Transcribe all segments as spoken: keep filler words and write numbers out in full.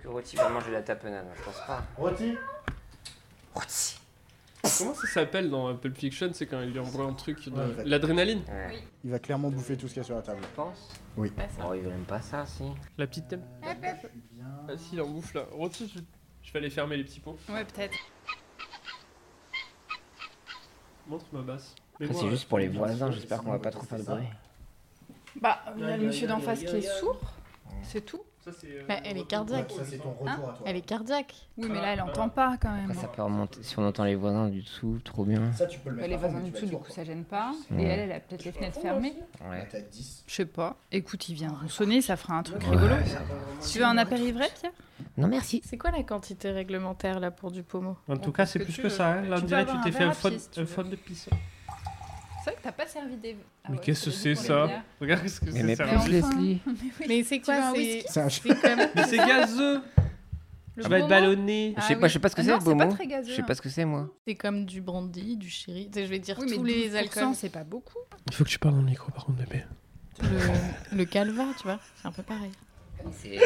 que Rôti va manger la tapenade, je pense pas. Rôti Rôti. Comment ça s'appelle dans Pulp Fiction? C'est quand il lui envoie un truc de... Ouais, en fait. L'adrénaline. Ouais. Oui. Il va clairement bouffer tout ce qu'il y a sur la table. Tu penses? Oui. Pas ça. Oh, il aime pas ça, si. La petite thème. Ah si, il en bouffe là. Rôti, je... je vais aller fermer les petits pots. Ouais, peut-être. Montre ma basse. Mais Après, moi, c'est juste pour les voisins, j'espère qu'on va pas trop faire de bruit. Bah, il y a le monsieur d'en face qui est sourd. C'est tout. Ça, c'est, euh, Bah, elle est cardiaque. Ça, c'est ton retour Hein à toi. Elle est cardiaque. Oui, mais là, elle entend pas quand même. Après, ça peut remonter. Si on entend les voisins du dessous, trop bien. Ça, tu peux le Bah, mettre les à fond, voisins mais du tu vas dessous, être du sourd, coup, quoi. ça gêne pas. Ouais. Et elle, elle a peut-être les fenêtres fermées. Là, Ouais. t'as dix. Je sais pas. Écoute, il vient sonner, ça fera un truc rigolo. Ouais, ça va. Tu veux un apéritif, Pierre? Non, merci. C'est quoi la quantité réglementaire là pour du pommeau? En tout Bon, cas, ce c'est que plus tu que veux. ça. Hein. Là, Tu on peux dirait que tu avoir t'es un fait verre un à fun, pied, si tu un veux. fun de pisse. C'est vrai que t'as pas servi des. Ah Mais ouais, qu'est-ce que tu c'est l'as dit pour ça? les bières. Regarde ce que Mais, c'est mais ça. Mais plus enfin. Leslie. Mais c'est quoi? veux un C'est whisky C'est un c'est comme. Mais c'est gazeux. Le Ça va être Beaumont. ballonné. Ah Je sais oui. pas, je sais pas ce que Ah c'est, non, le c'est pas Beaumont. très gazeux, Je sais hein. pas ce que c'est, moi. C'est comme du brandy, du sherry. Tu sais, je vais dire Oui, mais tous les douze pour cent, alcools. c'est pas beaucoup. Il faut que tu parles dans le micro, par contre, bébé. Le, le calva, tu vois, c'est un peu pareil. C'est.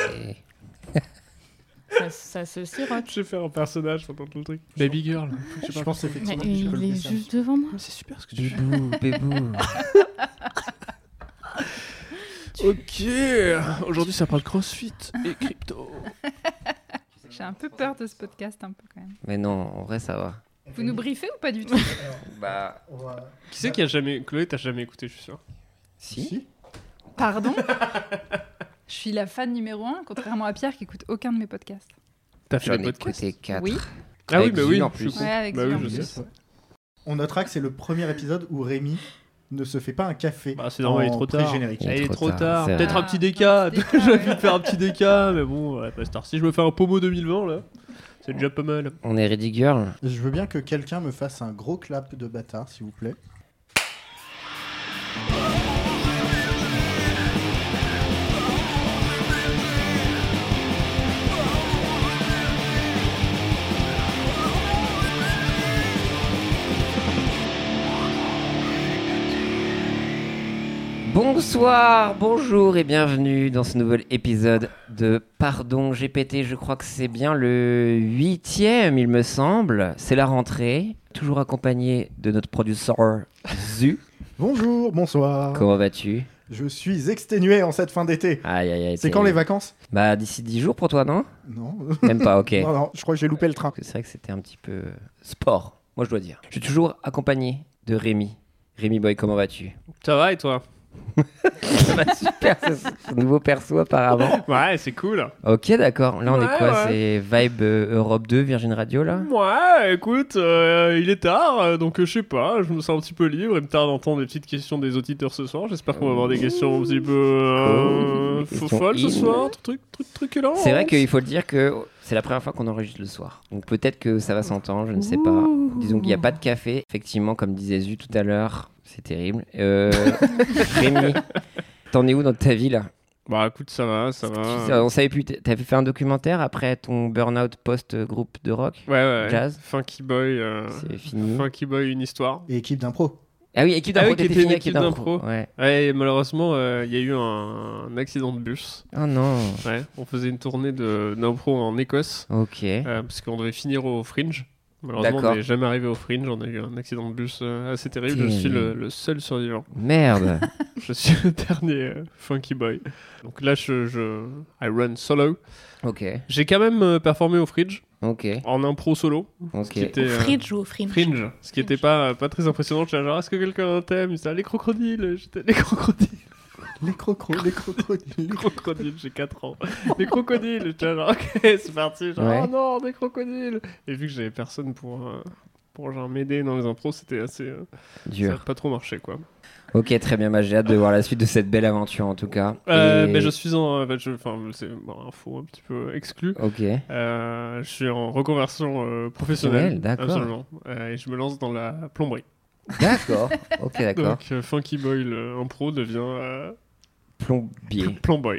Ça, ça se sirote. Je vais faire un personnage pendant tout le truc. Baby girl. Faut que tu Je parles. pense Mais effectivement que tu peux il le est laisser un juste petit devant moi. Mais c'est super ce que tu fais. Bébou, bébou. Ok. Aujourd'hui, ça parle crossfit et crypto. J'ai un peu peur de ce podcast, un peu quand même. Mais non, en vrai, ça va. Vous nous briefez ou pas du tout? Bah, On va- Qui c'est qui a jamais. Chloé, t'as jamais écouté, je suis sûr. si. Si. Pardon? Je suis la fan numéro un, contrairement à Pierre qui écoute aucun de mes podcasts. T'as fait J'en un ai podcast. écouté quatre. Oui. Ah oui, Avec bah Zu, oui. en je plus. suis con. Ouais, avec Bah Zu, oui, en je plus. sais. On notera que c'est le premier épisode où Rémi ne se fait pas un café. Bah, c'est normal, il est trop tard. pré-générique. Il est Ah, il est trop trop tard, tard. c'est Peut-être vrai. un petit Ah, déca. un petit Peut-être que déca, j'ai ouais. envie de faire un petit déca. Mais bon, ouais, pas star. Si je me fais un Pomo deux mille vingt, là, c'est déjà pas mal. On est Ready Girl. Je veux bien que quelqu'un me fasse un gros clap de bâtard, s'il vous plaît. Bonsoir, bonjour et bienvenue dans ce nouvel épisode de Pardon G P T. Je crois que c'est bien le huitième, il me semble. C'est la rentrée. Toujours accompagné de notre producteur Zu. Bonjour, bonsoir. Comment vas-tu? Je suis exténué en cette fin d'été. Aïe aïe aïe. C'est t'es- quand les vacances? Bah d'ici dix jours pour toi, non? Non. Même pas, ok. Non, non, je crois que j'ai loupé le train. C'est vrai que c'était un petit peu euh, sport, moi je dois dire. Je suis toujours accompagné de Rémi. Rémi Boy, comment vas-tu? Ça va et toi? Ça va super, ce, ce nouveau perso apparemment. Ouais, c'est cool. Ok, d'accord. Là on Ouais, est quoi? ouais. C'est Vibe euh, Europe deux, Virgin Radio là? Ouais, écoute, euh, il est tard, euh, donc euh, je sais pas, je me sens un petit peu libre. Il me tarde d'entendre des petites questions des auditeurs ce soir. J'espère qu'on va avoir des questions un petit peu euh, Cool. Des questions folles ce in. soir, truc, truc, truculent. C'est vrai qu'il faut le dire que c'est la première fois qu'on enregistre le soir. Donc peut-être que ça va s'entendre, je ne sais pas. Disons qu'il n'y a pas de café. Effectivement, comme disait Zu tout à l'heure, c'est terrible. Euh, Rémi, t'en es où dans ta vie là? Bah écoute, ça va, ça Tu va. sais, On savait plus. T'avais fait un documentaire après ton burn-out post-groupe de rock? Ouais, ouais. Jazz. Funky Boy. euh, C'est fini. Funky Boy, une histoire. Et équipe d'impro. Ah oui, équipe Ah d'impro, oui, qui t'étais était une fini, équipe d'impro. Ouais. Ouais, et malheureusement, il y a eu un, un accident de bus. Oh non. Ouais, on faisait une tournée de d'impro en Écosse, Ok. euh, parce qu'on devait finir au Fringe. Malheureusement, D'accord. on n'est jamais arrivé au Fringe. On a eu un accident de bus euh, assez terrible. Je suis le, le seul survivant. Merde. Je suis le dernier euh, Funky Boy. Donc là, je, je I run solo. Ok. J'ai quand même euh, performé au Fringe Ok. en impro solo. Ok. qui était, Au euh, fringe ou au fringe? Fringe, ce qui était pas, pas très impressionnant. J'étais genre, est-ce que quelqu'un a un thème? C'était les crocodiles. J'étais les crocodiles. Les crocos, les crocodiles. Les crocodiles, j'ai quatre ans. Les crocodiles, j'étais genre, ok, c'est parti. Genre, Ouais. oh non, des crocodiles. Et vu que j'avais personne pour, euh, pour genre m'aider dans les impros, c'était assez. euh, ça Dur. n'a pas trop marché, quoi. Ok, très bien. Bah, j'ai hâte de voir la suite de cette belle aventure en tout cas. Euh, Et- mais je suis en. euh, je- Enfin, c'est bon, info un petit peu exclu. Ok. Euh, je suis en reconversion euh, professionnelle. Professionnelle, d'accord. Absolument. Euh, et je me lance dans la plomberie. D'accord. Ok, d'accord. Donc, euh, Funky Boy, le impro, devient. Euh, Plombier. plomboy.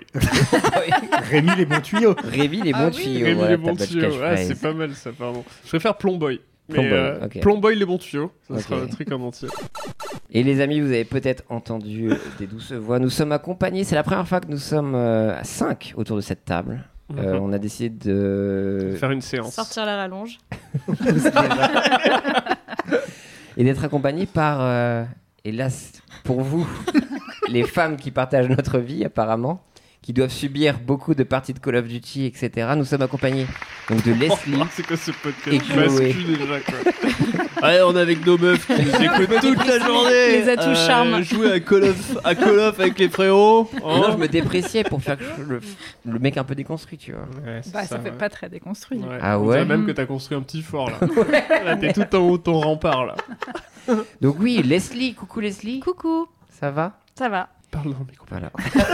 Rémi les bons tuyaux. Rémi les Ah bons oui. tuyaux. Rémi voilà les ta bons belle tuyaux. Ouais, catchphrase. c'est pas mal ça, pardon. Je préfère plomboy. Mais Plomboy, euh, ok. plomboy les bons tuyaux, ça Ok. sera un truc en entier. Et les amis, vous avez peut-être entendu euh, des douces voix. Nous sommes accompagnés. C'est la première fois que nous sommes euh, à cinq autour de cette table. Euh, on a décidé de Faire une séance. Sortir la rallonge. et d'être accompagné par, euh, hélas, pour vous, les femmes qui partagent notre vie apparemment, qui doivent subir beaucoup de parties de Call of Duty, et cetera. Nous sommes accompagnés donc de Leslie. Oh, c'est quoi ce podcast Et Je m'excuse Chloé. déjà quoi. Ouais, on est avec nos meufs qui nous écoutent toute la journée. Les atouts charmes. Jouer à Call of, à Call of avec les frérots. Mais non, je me dépréciais pour faire que je- le, le mec un peu déconstruit, tu vois. Ouais, c'est Bah, ça, fait ouais. pas très déconstruit. Ouais. Ah On ouais dirait même que t'as construit un petit fort là. Là, t'es tout en haut de ton rempart là. Donc oui, Leslie, coucou Leslie. Coucou, Ça va? ça va. Parle dans le micro. Voilà.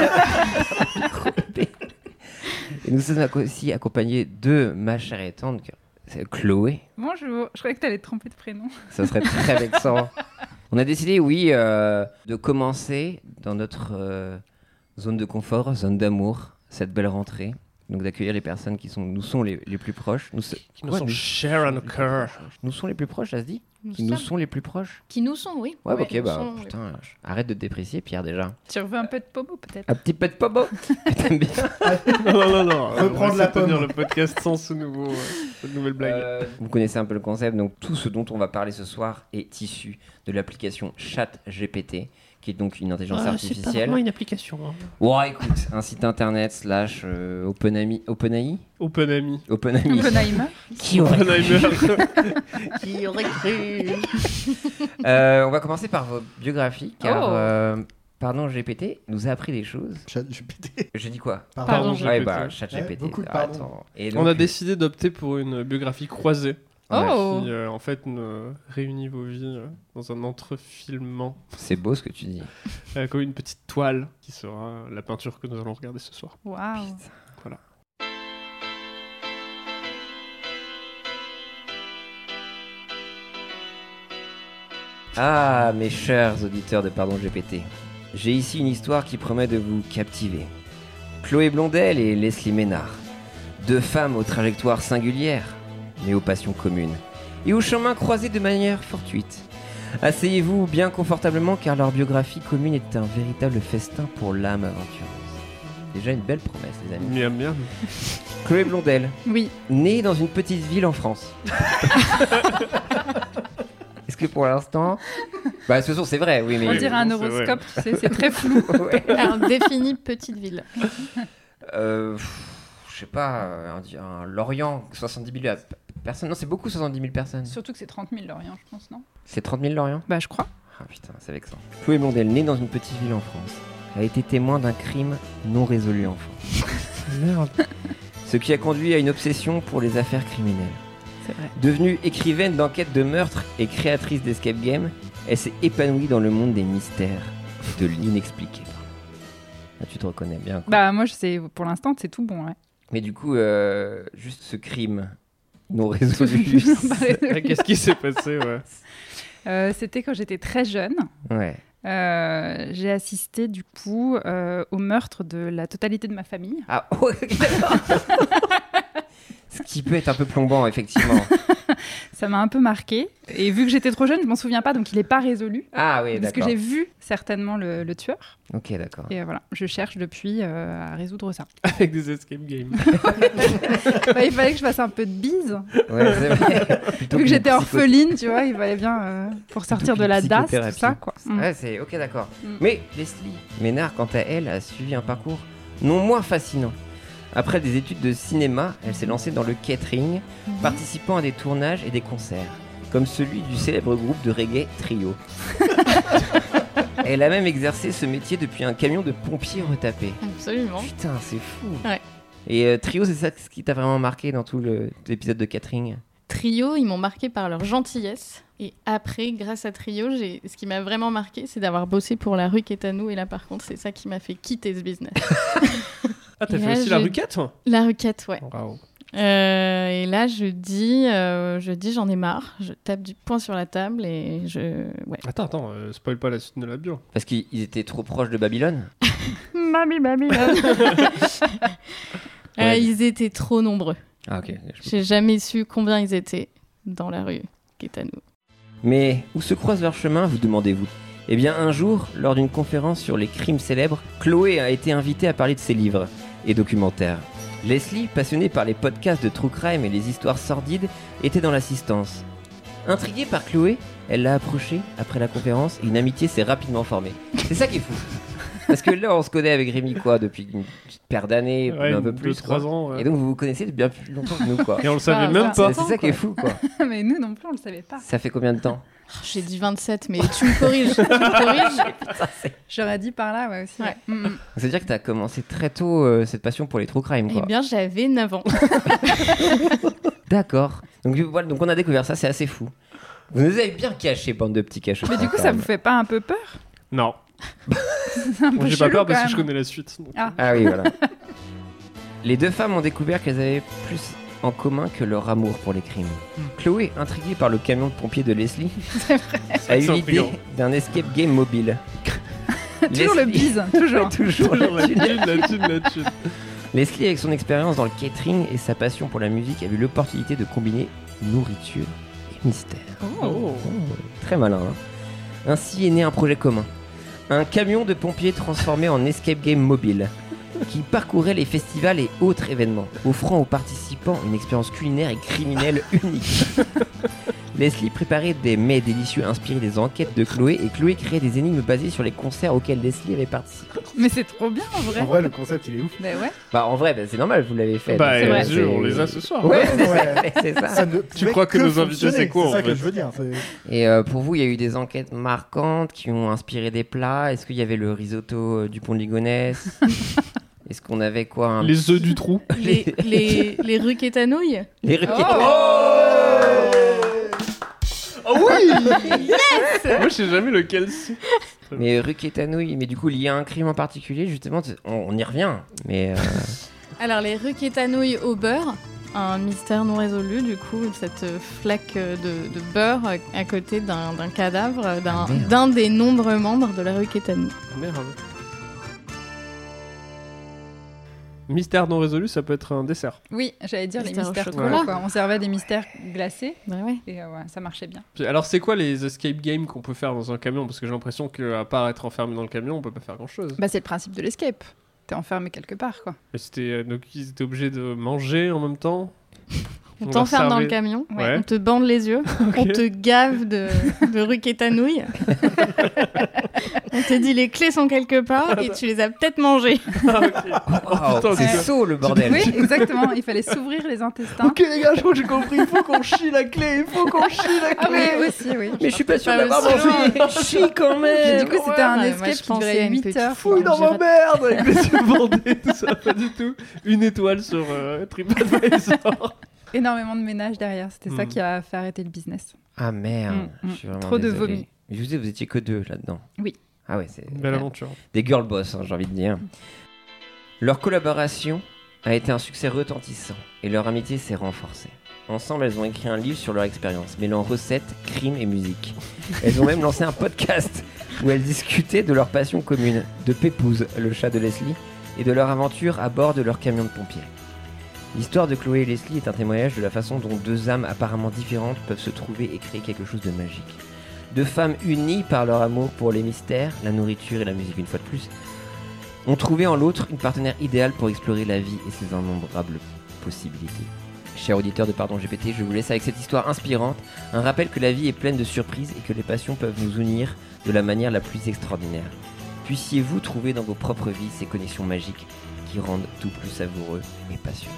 Et nous sommes aussi accompagnés de ma chère et tendre, c'est Chloé. Bonjour, je croyais que t'allais te tromper de prénom. Ça serait très vexant. On a décidé, oui, euh, de commencer dans notre euh, zone de confort, zone d'amour, cette belle rentrée. Donc d'accueillir les personnes qui sont, nous sont les, les plus proches. Nous, se- Qui nous Quoi, sont nous- chers à nos cœurs. nous sont les plus proches, ça se dit? Nous Qui nous sommes- sont les plus proches? Qui nous sont, oui. Ouais, Ouais, ok, nous bah sont les putain, plus proches. arrête de te déprécier, Pierre, déjà. Tu veux un peu de pomo peut-être? Un petit peu de pomo. T'aimes bien? Non, non, non, non. Reprendre on va la essayer de tenir pomme. le podcast sans ce nouveau, euh, cette nouvelle blague. Euh, vous connaissez un peu le concept, donc tout ce dont on va parler ce soir est issu de l'application ChatGPT, qui est donc une intelligence artificielle. une application. Hein. Ouais, écoute, un site internet slash euh, OpenAI, OpenAI, OpenAI. OpenAI. Oppenheimer. Qui aurait Oppenheimer. Qui aurait cru Euh, On va commencer par vos biographies, car Oh. euh, pardon G P T nous a appris des choses. Chat G P T. J'ai dit quoi? Pardon, G P T. Ouais, bah ChatGPT. Ouais, beaucoup de Ah, pardon. attends. Et On a donc, décidé d'opter pour une biographie croisée Oh. qui, euh, en fait, ne réunit vos vies euh, dans un entrefilement, c'est beau ce que tu dis. euh, comme une petite toile qui sera la peinture que nous allons regarder ce soir. Waouh. Voilà. Ah, mes chers auditeurs de Pardon G P T, j'ai ici une histoire qui promet de vous captiver. Chloé Blondel et Leslie Ménard, deux femmes aux trajectoires singulières, mais aux passions communes, et aux chemins croisés de manière fortuite. Asseyez-vous bien confortablement car leur biographie commune est un véritable festin pour l'âme aventureuse. Déjà une belle promesse, les amis. Miam miam. Chloé Blondel, Oui. née dans une petite ville en France. Est-ce que pour l'instant... Bah, de toute façon, c'est vrai, oui, mais... On dirait un c'est vrai. horoscope, tu sais, c'est très flou. Ouais. Alors, définie petite ville. Euh, pff, je sais pas, euh, un, un Lorient, soixante-dix mille personnes. Non, c'est beaucoup soixante-dix mille personnes. Surtout que c'est trente mille Lorient, je pense, non? C'est trente mille Lorient? Bah, je crois. Ah putain, c'est vexant. Chloé Blondel, née dans une petite ville en France, a été témoin d'un crime non résolu enfant. Merde. Ce qui a conduit à une obsession pour les affaires criminelles. C'est vrai. Devenue écrivaine d'enquêtes de meurtre et créatrice d'escape game, elle s'est épanouie dans le monde des mystères, de l'inexpliqué. Ah, tu te reconnais bien, quoi. Bah, moi, je sais, pour l'instant, c'est tout bon, ouais. Mais du coup, euh, juste ce crime non résolu. Bah, Ah, Qu'est-ce qui s'est passé, ouais. Euh, C'était quand j'étais très jeune. Ouais. Euh, j'ai assisté du coup euh, au meurtre de la totalité de ma famille. Ah, ouais, d'accord. Ce qui peut être un peu plombant, effectivement. Ça m'a un peu marqué. Et vu que j'étais trop jeune, je m'en souviens pas, donc il n'est pas résolu. Ah oui, Parce que d'accord. j'ai vu certainement le, le tueur. Ok, d'accord. Et euh, voilà, je cherche depuis euh, à résoudre ça. Avec des escape games. Bah, il fallait que je fasse un peu de bise. Ouais, c'est vrai. Plutôt Vu que qu'une j'étais psycho- orpheline, tu vois, il fallait bien, euh, pour sortir de qu'une la D A S, tout psychothérapie. ça, quoi. Mm. Ouais, c'est ok, d'accord. Mm. Mais Leslie Ménard, quant à elle, a suivi un parcours non moins fascinant. Après des études de cinéma, elle s'est lancée dans le catering, Mhm. participant à des tournages et des concerts, comme celui du célèbre groupe de reggae Trio. Elle a même exercé ce métier depuis un camion de pompiers retapé. Absolument. Putain, c'est fou. Ouais. Et euh, Trio, c'est ça ce qui t'a vraiment marqué dans tout le- l'épisode de catering? Trio, ils m'ont marqué par leur gentillesse. Et après, grâce à Trio, j'ai... ce qui m'a vraiment marqué, c'est d'avoir bossé pour la rue qui est à nous. Et là, par contre, c'est ça qui m'a fait quitter ce business. Ah, t'as Et fait là, aussi la j'ai- ruquette, toi La ruquette, ouais. Waouh. Euh, et là, je dis, euh, je dis, j'en ai marre. Je tape du poing sur la table et je... Ouais. Attends, attends, euh, spoil pas la suite de la bio. Parce qu'ils étaient trop proches de Babylone. Mamie, mamie, mamie. Euh, Ouais. ils étaient trop nombreux. Ah ok. Je- J'ai jamais su combien ils étaient dans la rue qui est à nous. Mais où se croisent leurs chemins, vous demandez-vous? Eh bien, un jour, lors d'une conférence sur les crimes célèbres, Chloé a été invitée à parler de ses livres et documentaires. Leslie, passionnée par les podcasts de true crime et les histoires sordides, était dans l'assistance. Intriguée par Chloé, elle l'a approchée après la conférence et une amitié s'est rapidement formée. C'est ça qui est fou. Parce que là, on se connaît avec Rémi quoi depuis une petite paire d'années, Ouais, un peu plus, trois quoi. ans. Ouais. Et donc vous vous connaissez depuis bien plus longtemps que nous, quoi. Et on le savait Ah, même ça- pas. C'est c'est ça qui est fou, quoi. Mais nous non plus, on le savait pas. Ça fait combien de temps? J'ai dit vingt-sept, mais tu me corriges. Tu me corriges. J'aurais dit par là, ouais, aussi. Ouais. Ouais. Mm, mm. C'est-à-dire que tu as commencé très tôt euh, cette passion pour les true crime, Eh quoi. bien, j'avais neuf ans. D'accord. Donc voilà, donc on a découvert ça, c'est assez fou. Vous nous avez bien caché, bande de petits cachets. Mais du coup, ça vous fait pas un peu peur? Non. C'est un peu Moi, j'ai pas chelou, peur parce quand que je même. connais la suite. donc. Ah. Ah oui, voilà. Les deux femmes ont découvert qu'elles avaient plus en commun que leur amour pour les crimes. Chloé, intriguée par le camion de pompier de Leslie, a eu C'est l'idée intriguant. d'un escape game mobile. Toujours le Leslie- bise, toujours. Toujours Toujours la la thune. thune, la thune, la thune. Leslie, avec son expérience dans le catering et sa passion pour la musique, a eu l'opportunité de combiner nourriture et mystère. Oh. Très malin. Hein. Ainsi est né un projet commun. Un camion de pompiers transformé en escape game mobile qui parcourait les festivals et autres événements, offrant aux participants une expérience culinaire et criminelle unique. Leslie préparait des mets délicieux inspirés des enquêtes de Chloé et Chloé créait des énigmes basées sur les concerts auxquels Leslie avait participé. Mais c'est trop bien en vrai. En vrai, le concept, il est ouf. Bah ouais. Bah en vrai, bah, c'est normal, vous l'avez fait. Bah, donc, bien euh, sûr, c'est- on les a ce soir. Ouais, Ouais, c'est ouais. ça, c'est ça. Ça ne Tu pouvait crois que nos invités, fonctionner, c'est quoi, C'est en ça que fait je veux dire. c'est- Et euh, pour vous, il y a eu des enquêtes marquantes qui ont inspiré des plats. Est-ce qu'il y avait le risotto euh, du pont de Ligonnès? Est-ce qu'on avait quoi un... Les œufs du trou. Les, les, les rues quétanouilles. Les rues- Oh oui. Moi, je sais jamais lequel c'est. Mais rue Quétanouille, mais du coup, il y a un crime en particulier, justement, t- on, on y revient. Mais euh, Alors, les rues quétanouilles au beurre. Un mystère non résolu, du coup, cette flaque de, de beurre à côté d'un d'un cadavre d'un Ah, merde. d'un des nombreux membres de la rue Quétanouille. Merde. Mystère non résolu, ça peut être un dessert. Oui, j'allais dire les Mystère au mystères chocolat. trop, quoi. On servait des mystères glacés Bah ouais. et euh, ouais, ça marchait bien. Alors, c'est quoi les escape games qu'on peut faire dans un camion? Parce que j'ai l'impression qu'à part être enfermé dans le camion, on peut pas faire grand chose. Bah c'est le principe de l'escape. T'es enfermé quelque part, quoi. Mais c'était, euh, donc, ils étaient obligés de manger en même temps. On leur t'enferme dans le servait- camion, Ouais. on te bande les yeux, on te gave de, de rue Quétanouille. On te dit les clés sont quelque part et tu les as peut-être mangées. Ah, ok. Waouh, putain, c'est c'est- saut le bordel. Oui, exactement. Il fallait s'ouvrir les intestins. les gars, je crois que j'ai compris. Il faut qu'on chie la clé. Il faut qu'on chie la Ah oui, aussi, oui. Mais je suis pas sûr Pas d'avoir aussi mangé. Chie quand Mais même. du coup, c'était un Ouais, moi, escape je qui pensais à durait une huit petite heures. fouille quoi. dans ma merde avec les yeux bandés, tout ça, pas du tout. Une étoile sur euh, TripAdvisor. Énormément de ménage derrière. C'était ça Mm. qui a fait arrêter le business. Ah merde. Mm, mm. Je suis vraiment Trop de désolé. vomi. Mais je vous ai, vous étiez que deux là-dedans. Oui. Ah ouais, c'est Belle aventure. des girl boss, hein, j'ai envie de dire. Leur collaboration a été un succès retentissant et leur amitié s'est renforcée. Ensemble, elles ont écrit un livre sur leur expérience, mêlant recettes, crimes et musique. Elles ont même lancé un podcast où elles discutaient de leur passion commune, de Pépouze, le chat de Leslie, et de leur aventure à bord de leur camion de pompiers. L'histoire de Chloé et Leslie est un témoignage de la façon dont deux âmes apparemment différentes peuvent se trouver et créer quelque chose de magique. Deux femmes unies par leur amour pour les mystères, la nourriture et la musique une fois de plus, ont trouvé en l'autre une partenaire idéale pour explorer la vie et ses innombrables possibilités. Chers auditeurs de Pardon G P T, je vous laisse avec cette histoire inspirante, un rappel que la vie est pleine de surprises et que les passions peuvent nous unir de la manière la plus extraordinaire. Puissiez-vous trouver dans vos propres vies ces connexions magiques qui rendent tout plus savoureux et passionnant.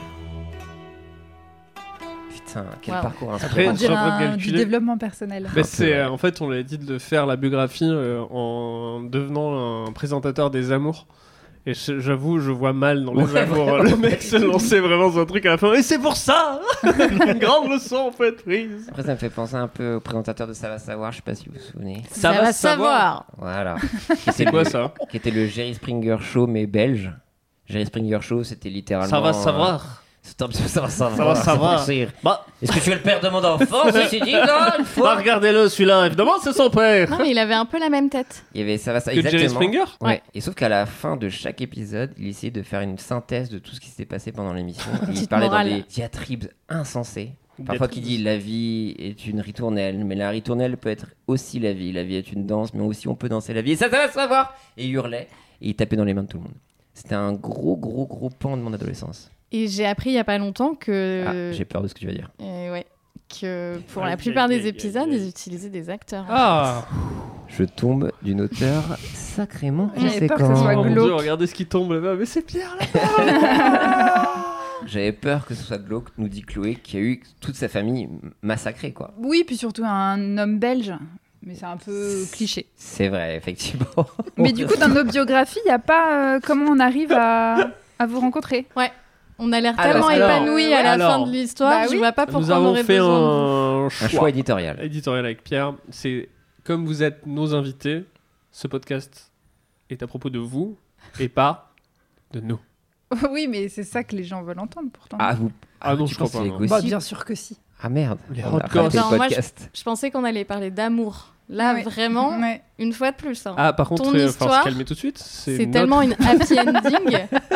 Putain, quel Wow. parcours Après, inspirant. On je suis en dirait train de un- du calculer. développement personnel. Mais Un c'est, peu, ouais. euh, en fait, on l'a dit de faire la biographie euh, en devenant un présentateur des amours. Et je- j'avoue, je vois mal dans les Ouais, amours. vraiment. Le mec se lançait vraiment sur un truc à la fin. Et c'est pour ça Une grande leçon en fait prise. Après, ça me fait penser un peu au présentateur de Ça va savoir, je sais pas si vous vous souvenez. Ça va savoir. Voilà. C'est quoi ça Qui était le Jerry Springer Show, mais belge. Jerry Springer Show, c'était littéralement. Ça va euh, savoir. Stop, ça va savoir. Ça va savoir. c'est pour rire. Bah, Est-ce que tu es le père de mon enfant? Ceci dit, non, une bah, fois. regardez-le celui-là. Évidemment, c'est son père. Non, mais il avait un peu la même tête. Il y avait ça va ça. Que Jerry Exactement. Springer. Ouais. Ouais. Et sauf qu'à la fin de chaque épisode, il essayait de faire une synthèse de tout ce qui s'était passé pendant l'émission. Et il Petite parlait morale. dans des diatribes insensées. Parfois qui dit la vie est une ritournelle, mais la ritournelle peut être aussi la vie. La vie est une danse, mais aussi on peut danser la vie. Et ça, ça va se savoir. Et il hurlait et il tapait dans les mains de tout le monde. C'était un gros, gros, gros pan de mon adolescence. Et j'ai appris il y a pas longtemps que. Ah, j'ai peur de ce que tu vas dire. Euh, ouais. Que pour Aïe, la plupart aïe, des aïe, épisodes, aïe, aïe. ils utilisaient des acteurs. Ah Je tombe d'une hauteur sacrément J'avais peur que ce conséquente. soit Oh mon glauque. Dieu, regardez ce qui tombe là-bas, mais c'est Pierre là. J'avais peur que ce soit glauque, nous dit Chloé, qui a eu toute sa famille massacrée, quoi. Oui, puis surtout un homme belge. Mais c'est un peu cliché. C'est vrai, effectivement. Mais du coup, dans nos biographies, il n'y a pas euh, comment on arrive à, à vous rencontrer. On a l'air Alors, tellement alors, épanouis à la alors. fin de l'histoire, Bah je oui. vois pas pourquoi Nous on avons aurait fait besoin de vous. un Un choix choix éditorial. éditorial avec Pierre. C'est comme vous êtes nos invités, ce podcast est à propos de vous et pas de nous. Oui, mais c'est ça que les gens veulent entendre pourtant. Ah, vous... Ah non, tu je crois penses pas. que non. c'est Bah, gossip bien sûr que si. Ah merde, Les on a hardcore. raté le Non, moi, je- podcast. Je pensais qu'on allait parler d'amour. Là, Ouais. vraiment, Ouais. une fois de plus. hein. Ah, par contre, Ton il va falloir histoire, se calmer tout de suite. C'est C'est notre- tellement une happy ending.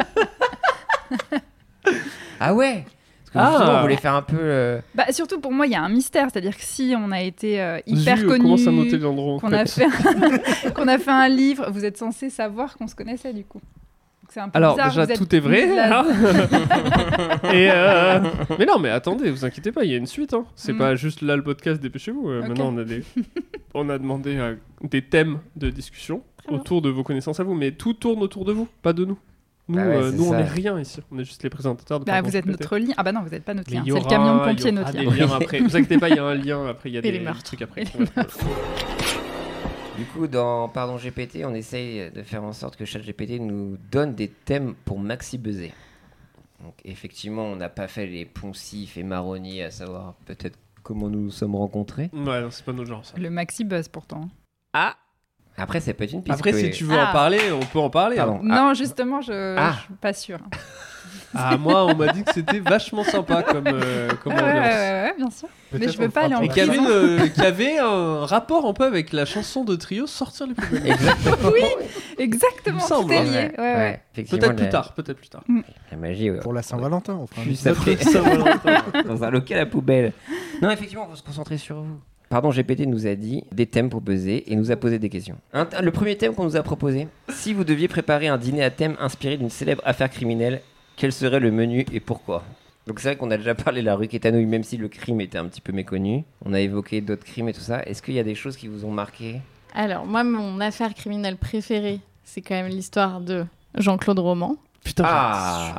Ah ouais. Parce que Ah. justement, on voulait faire un peu... euh, Bah, surtout pour moi, il y a un mystère. C'est-à-dire que si on a été euh, hyper Zu connus, commence à noter Leandro. en qu'on fait. a, fait un... qu'on a fait un livre, vous êtes censé savoir qu'on se connaissait du coup. Donc, c'est un peu Alors, bizarre, déjà, vous êtes- tout est vrai. La- hein. Et euh, Mais non, mais attendez, vous inquiétez pas, il y a une suite. Hein. C'est Mm. pas juste là le podcast, dépêchez-vous. Euh, Ok. Maintenant, on a, des... on a demandé euh, des thèmes de discussion Très bien. autour de vos connaissances à vous, mais tout tourne autour de vous, pas de nous. Nous, Bah ouais, euh, c'est nous on ça. est rien ici. On est juste les présentateurs de Bah, Pardon, vous êtes je peux notre lien. Ah bah non, vous n'êtes pas notre Mais lien. il y C'est le aura- camion de il y pompier aura notre des lien. liens après. Vous inquiétez pas, il y a un lien. Après, il y a Et les des meurtres. trucs après. Et qu'on va- Du coup, dans Pardon G P T, on essaye de faire en sorte que ChatGPT nous donne des thèmes pour maxi buzzer. Donc, effectivement, on n'a pas fait les poncifs et marronniers à savoir peut-être comment nous nous sommes rencontrés. Ouais, non, c'est pas notre genre ça. Le maxi buzz pourtant. Ah Après, ça peut être une piste. Après, si Chloé. tu veux Ah. en parler, on peut en parler. hein. Pardon. Non, justement, je Ah. je suis pas sûre. Ah, moi, on m'a dit que c'était vachement sympa comme, euh, comme Ouais, ouais, ambiance. ouais, ouais, bien sûr. Mais Peut-être je veux on pas fera aller en Et pour qu'il y, avait prison. une, euh, qu'il y avait un rapport un peu avec la chanson de Trio Sortir les poubelles. Exactement. Exactement, Il me semble, tout est hein. lié. Ouais, ouais. effectivement, Peut-être plus la- tard, peut-être plus tard. La magie, ouais. Pour la Saint-Valentin, on fera un Juste épisode. après. Saint-Valentin. Dans un local à poubelle. Non, effectivement, on va se concentrer sur vous. Pardon, G P T nous a dit des thèmes pour buzzer et nous a posé des questions. Un- le premier thème qu'on nous a proposé, si vous deviez préparer un dîner à thème inspiré d'une célèbre affaire criminelle, quel serait le menu et pourquoi? Donc c'est vrai qu'on a déjà parlé de la rue Quétanouille, même si le crime était un petit peu méconnu. On a évoqué d'autres crimes et tout ça. Est-ce qu'il y a des choses qui vous ont marqué? Alors, moi, mon affaire criminelle préférée, c'est quand même l'histoire de Jean-Claude Roman. Putain, Ah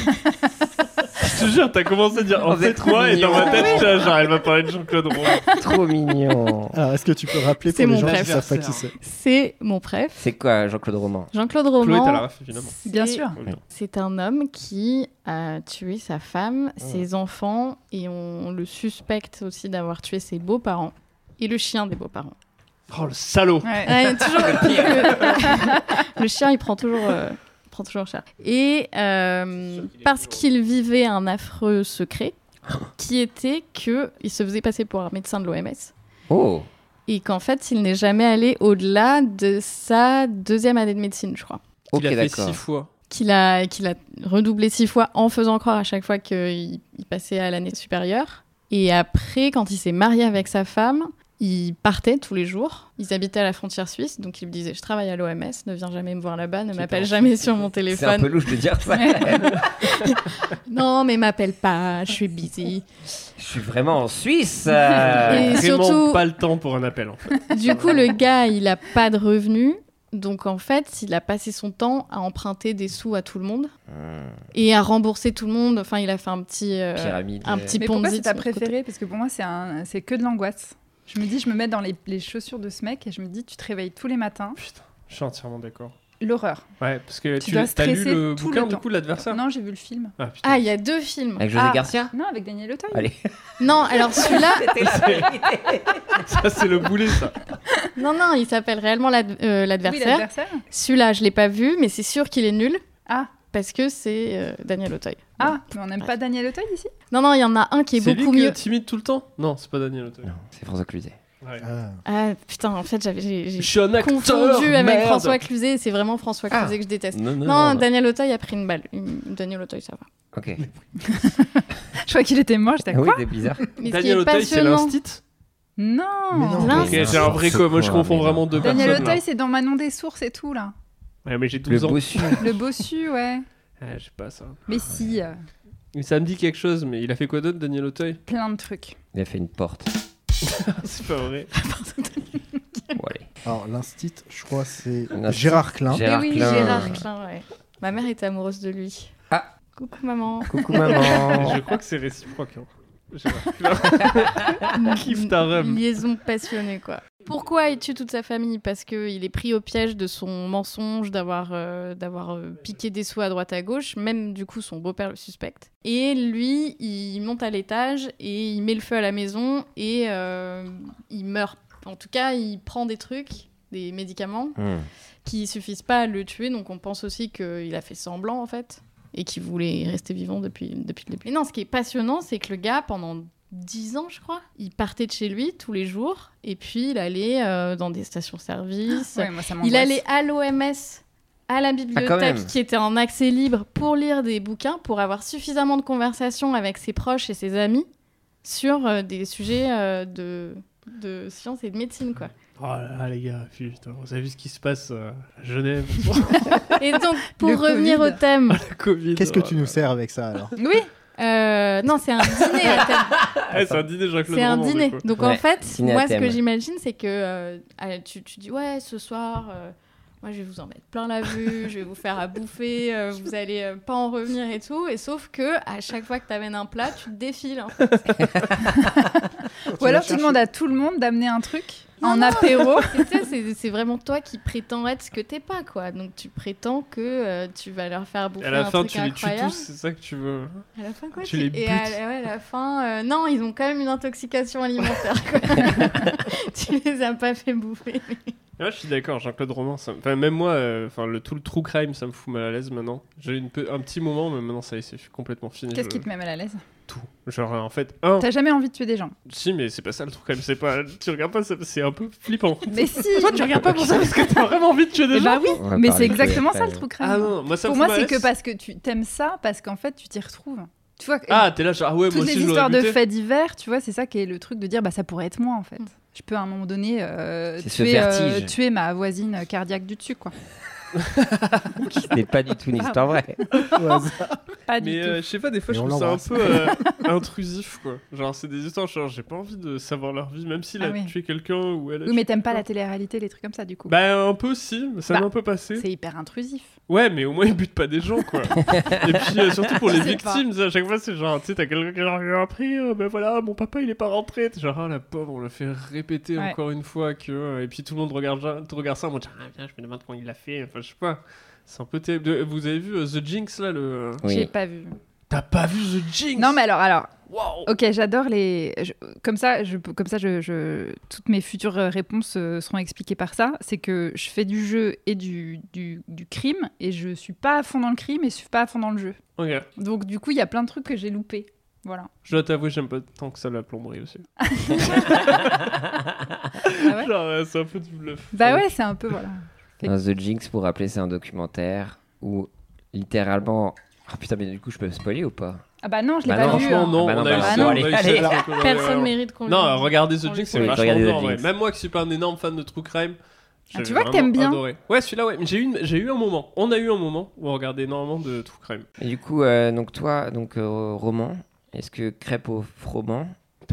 je te jure, t'as commencé à dire en Vous êtes fait trop quoi, et dans ma mignon. tête, j'étais là, genre, elle va parler de Jean-Claude Roman. Trop mignon. Alors, est-ce que tu peux rappeler C'est pour les mon gens qui préf. savent pas qui c'est? C'est mon préf. C'est quoi Jean-Claude Roman? Jean-Claude Chloé, t'as la Roman, ref, évidemment. c'est- Bien sûr. Oui. c'est un homme qui a tué sa femme, ses enfants, et on le suspecte aussi d'avoir tué ses beaux-parents et le chien des beaux-parents. Oh, le salaud. Ouais. Ouais, toujours- le... le chien, il prend toujours, euh, il prend toujours cher. Et euh, parce qu'il vivait un affreux secret, qui était que il se faisait passer pour un médecin de l'O M S Oh et qu'en fait, il n'est jamais allé au-delà de sa deuxième année de médecine, je crois. Ok, Il a fait d'accord. six fois. Qu'il a, qu'il a redoublé six fois en faisant croire à chaque fois qu'il il passait à l'année supérieure. Et après, quand il s'est marié avec sa femme, il partait tous les jours. Ils habitaient à la frontière suisse, donc il me disait « Je travaille à l'O M S, ne viens jamais me voir là-bas, ne Qui m'appelle était en jamais Suisse, sur en mon C'est un téléphone. peu louche de dire ça. Non, mais m'appelle pas, je suis busy. Je suis vraiment en Suisse. euh. Et Vraiment surtout- pas le temps pour un appel, en fait. » Du coup, le gars, il a pas de revenus. Donc en fait, il a passé son temps à emprunter des sous à tout le monde Hmm, et à rembourser tout le monde. Enfin, il a fait un petit, euh, pyramide. un euh, petit Mais pourquoi Ponzi c'est de ta son côté. préférée? Parce que pour moi, c'est un... c'est que de l'angoisse. Je me dis, je me mets dans les... les chaussures de ce mec et je me dis, tu te réveilles tous les matins. Putain, je suis entièrement d'accord. L'horreur. Ouais, parce que Tu tu dois t'as lu stresser le tout bouquin, le du temps. coup, de l'adversaire. Non, j'ai vu le film. Ah, putain. Ah, il y a deux films. Avec José Ah. Garcia. Non, avec Daniel Auteuil. Allez. Non, alors celui-là, Ça, c'est le boulet, ça. non, non, il s'appelle réellement l'ad- euh, Oui, l'adversaire. l'adversaire. Celui-là, je l'ai pas vu, mais c'est sûr qu'il est nul Ah, parce que c'est euh, Daniel Auteuil. ah, mais on n'aime Bref. pas Daniel Auteuil ici? Non, non, il y en a un qui est, C'est beaucoup lui qui mieux. est timide tout le temps. Non, c'est pas Daniel Auteuil. Non, c'est François Cluzet. Ouais. Ah. Ah putain, en fait, j'avais j'ai- Je j'ai suis un acteur. confondu avec merde. François Cluzet. C'est vraiment François Ah. Cluzet que je déteste. Non, non, Non, non. Daniel Auteuil a pris une balle. Une- Daniel Auteuil, ça va. Ok. Je crois qu'il était mort, j'étais Ah oui, quoi? c'est bizarre. Mais ce Daniel qui est Auteuil, c'est passionnant, l'instit. Non. Mais non. Non, Ok, j'ai un vrai co. Moi, je confonds vraiment deux Daniel personnes. là. Auteuil, c'est dans Manon des Sources et tout, là. Ouais, mais j'ai Le douze ans. bossu. Le bossu, ouais. Ah, j'ai pas ça. Mais si. euh, Ça me dit quelque chose, mais il a fait quoi d'autre, Daniel Auteuil? Plein de trucs. Il a fait une porte. C'est pas vrai. Bon, allez. Alors, l'instit, je crois, c'est L'instit. Gérard Klein. Gérard Eh oui, Klein. Gérard Klein, ouais. Ma mère était amoureuse de lui. Ah. Coucou maman. Coucou maman. Je crois que c'est réciproque. Hein. Gérard Klein. Kiffe ta rhum. Liaison passionnée, quoi. Pourquoi il tue toute sa famille? Parce qu'il est pris au piège de son mensonge, d'avoir euh, d'avoir euh, piqué des sous à droite à gauche. Même, du coup, son beau-père le suspecte. Et lui, il monte à l'étage et il met le feu à la maison et euh, il meurt. En tout cas, il prend des trucs, des médicaments, Hmm. qui suffisent pas à le tuer. Donc, on pense aussi qu'il a fait semblant, en fait. Et qu'il voulait rester vivant depuis, depuis le début. Et non, ce qui est passionnant, c'est que le gars, pendant dix ans, je crois, il partait de chez lui tous les jours. Et puis, il allait euh, dans des stations-service. Ouais, moi, ça Il m'angoisse. allait à l'O M S, à la Ah, quand bibliothèque même. qui était en accès libre pour lire des bouquins, pour avoir suffisamment de conversations avec ses proches et ses amis sur euh, des sujets euh, de, de sciences et de médecine, quoi. Oh là là, les gars, putain, vous avez vu ce qui se passe euh, à Genève? Et donc, pour Le revenir Covid. au thème... La Covid. Qu'est-ce que oh tu là nous là. sers avec ça, alors? Oui. euh, non, c'est un dîner à thème. Ah, c'est un dîner Jean-Claude C'est un Roman, du dîner. coup. Donc Ouais, en fait, dîner à moi ce thème. que j'imagine, c'est que euh, ah, tu, tu dis ouais, ce soir, euh, moi je vais vous en mettre plein la vue, je vais vous faire à bouffer, euh, vous allez euh, pas en revenir et tout. Et sauf que à chaque fois que t'amènes un plat, tu te défiles. Hein. Ou alors tu demandes à tout le monde d'amener un truc en Non, apéro. C'est, tu sais, c'est, c'est vraiment toi qui prétends être ce que t'es pas, quoi. Donc tu prétends que euh, tu vas leur faire bouffer À la un fin, truc tu les tues incroyable. tous, c'est ça que tu veux. À la fin, quoi Tu tu- les Et butes. à, ouais, à la fin, euh, non, ils ont quand même une intoxication alimentaire. Quoi. Tu les as pas fait bouffer. Ouais, je suis d'accord, Jean-Claude Roman, ça... me- enfin, même moi, euh, enfin, le, tout le true crime, ça me fout mal à l'aise maintenant. J'ai eu une pe- un petit moment, mais maintenant, ça y est, c'est complètement fini. Qu'est-ce je- qui te met mal à l'aise? Tout. Genre, en fait, un, T'as jamais envie de tuer des gens? si, mais c'est pas ça le true crime, c'est pas... Tu regardes pas, ça- c'est un peu flippant. Mais si. Toi, tu regardes pas pour ça parce que t'as vraiment envie de tuer des Eh gens. bah oui, On va mais parler c'est exactement de- ça le true crime. Ah non, moi, ça me Pour fout moi, mal à c'est l'aise. que parce que tu t'aimes ça, parce qu'en fait, tu t'y retrouves. Tu vois, Ah, t'es là, genre, ah ouais, toutes moi les aussi, je histoires l'aurais de buté. faits divers, tu vois, c'est ça qui est le truc de dire, bah ça pourrait être moi en fait. Mm. Je peux à un moment donné euh, C'est ce tuer, euh, vertige. tuer ma voisine cardiaque du dessus, quoi. Qui n'est pas du tout une histoire vraie. Pas du Mais tout. euh, je sais pas, des fois Mais je on trouve ça un l'embrasse. peu euh, intrusif quoi. Genre c'est des histoires, genre j'ai pas envie de savoir leur vie, même s'il Ah a oui. tué quelqu'un ou elle a Oui, mais tué t'aimes pas la quelqu'un. télé-réalité, les trucs comme ça, du coup. Bah un peu si, mais ça Bah, m'a un peu passé. C'est hyper intrusif. Ouais, mais au moins ils butent pas des gens quoi. Et puis euh, surtout pour les Je sais pas. victimes, à chaque fois c'est genre, tu sais, t'as quelqu'un qui a appris, euh, ben voilà, mon papa il est pas rentré. T'es genre, ah la pauvre, on le fait répéter Ouais. encore une fois que. euh, Et puis tout le monde regarde, tout regarde ça en mode, ah viens, je me demande comment il l'a fait. Enfin, je sais pas. C'est un peu terrible. De- Vous avez vu euh, The Jinx là le. J'ai Oui. pas vu. T'as pas vu The Jinx? Non, mais alors, alors, Waouh! ok, j'adore les. je- Comme ça, je, peux- comme ça, je, je- toutes mes futures réponses euh, seront expliquées par ça. C'est que je fais du jeu et du, du, du crime, et je suis pas à fond dans le crime et je suis pas à fond dans le jeu. Ok. Donc, du coup, il y a plein de trucs que j'ai loupés. Voilà. Je dois t'avouer, j'aime pas tant que ça la plomberie aussi. Ah ouais Genre, euh, c'est un peu du bluff. Bah ouais, c'est un peu, voilà. Dans The Jinx, pour rappeler, c'est un documentaire où littéralement. Ah putain, mais du coup, je peux spoiler ou pas? Ah bah non, je l'ai Bah pas non, vu. Franchement, hein. non, Ah bah on non, a eu bah ça, non, on a allez, eu ça, allez. donc, euh, Personne euh, mérite qu'on Non, le- regardez qu'on The le Jinx, c'est Oui, vachement regardez bien. The en vrai. Jinx. Même moi qui suis pas un énorme fan de True Crime. Ah, j'avais tu vois que vraiment t'aimes bien. adoré. Ouais, celui-là, ouais. Mais j'ai eu, une- j'ai eu un moment. On a eu un moment où on regardait énormément de True Crime. Et du coup, euh, donc toi, donc euh, roman, est-ce que crêpe au froment?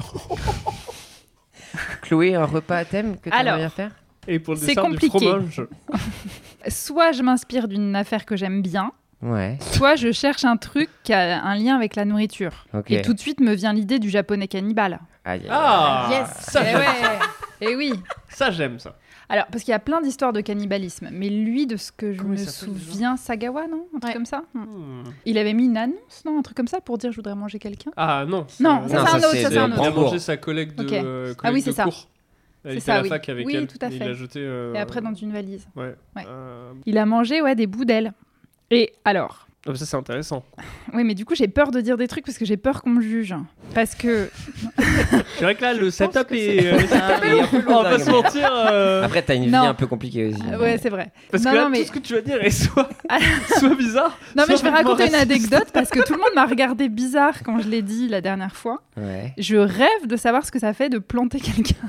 Chloé, un repas à thème que tu Alors. aimerais bien faire? Et pour le C'est dessert compliqué. du fromage. Soit je m'inspire d'une affaire que j'aime bien, Ouais, soit je cherche un truc qui a un lien avec la nourriture. ok. Et tout de suite me vient l'idée du japonais cannibale. Aïe, aïe, aïe. Ah Yes. Ça, Eh j'aime. ouais. Et oui. Ça, j'aime ça. Alors, parce qu'il y a plein d'histoires de cannibalisme, mais lui, de ce que je Comment me il s'appelle déjà souviens, Sagawa, non Un truc Ouais. comme ça Hmm. Hmm. Il avait mis une annonce, non Un truc comme ça pour dire je voudrais manger quelqu'un Ah non. Non, c'est- ça, Non, c'est ça, un autre, c'est ça, de c'est un Il autre. a Brandebourg. mangé sa collègue de, Ok. euh, Ah oui, collègue c'est de ça. cours. Elle C'est était ça, à la oui. fac avec Oui, elle. tout à et Il fait. l'a jeté. euh, Et après dans une valise. Ouais. Ouais. Euh, Il a mangé, ouais, des bouts d'ailes. Et alors ah, ça, c'est intéressant. Oui, mais du coup, j'ai peur de dire des trucs parce que j'ai peur qu'on me juge. Parce que... C'est vrai que là, le setup que est. c'est- euh, le setup Ah, est il est lourd. un peu On lourd, va pas se mais- mentir. euh, Après, t'as une Non. vie un peu compliquée aussi. Ah ouais, c'est vrai. Parce Non, que là, non, mais- tout ce que tu vas dire est soit, soit bizarre. Non, mais soit je vais vraiment raconter une raciste. anecdote parce que tout le monde m'a regardé bizarre quand je l'ai dit la dernière fois. Ouais. Je rêve de savoir ce que ça fait de planter quelqu'un.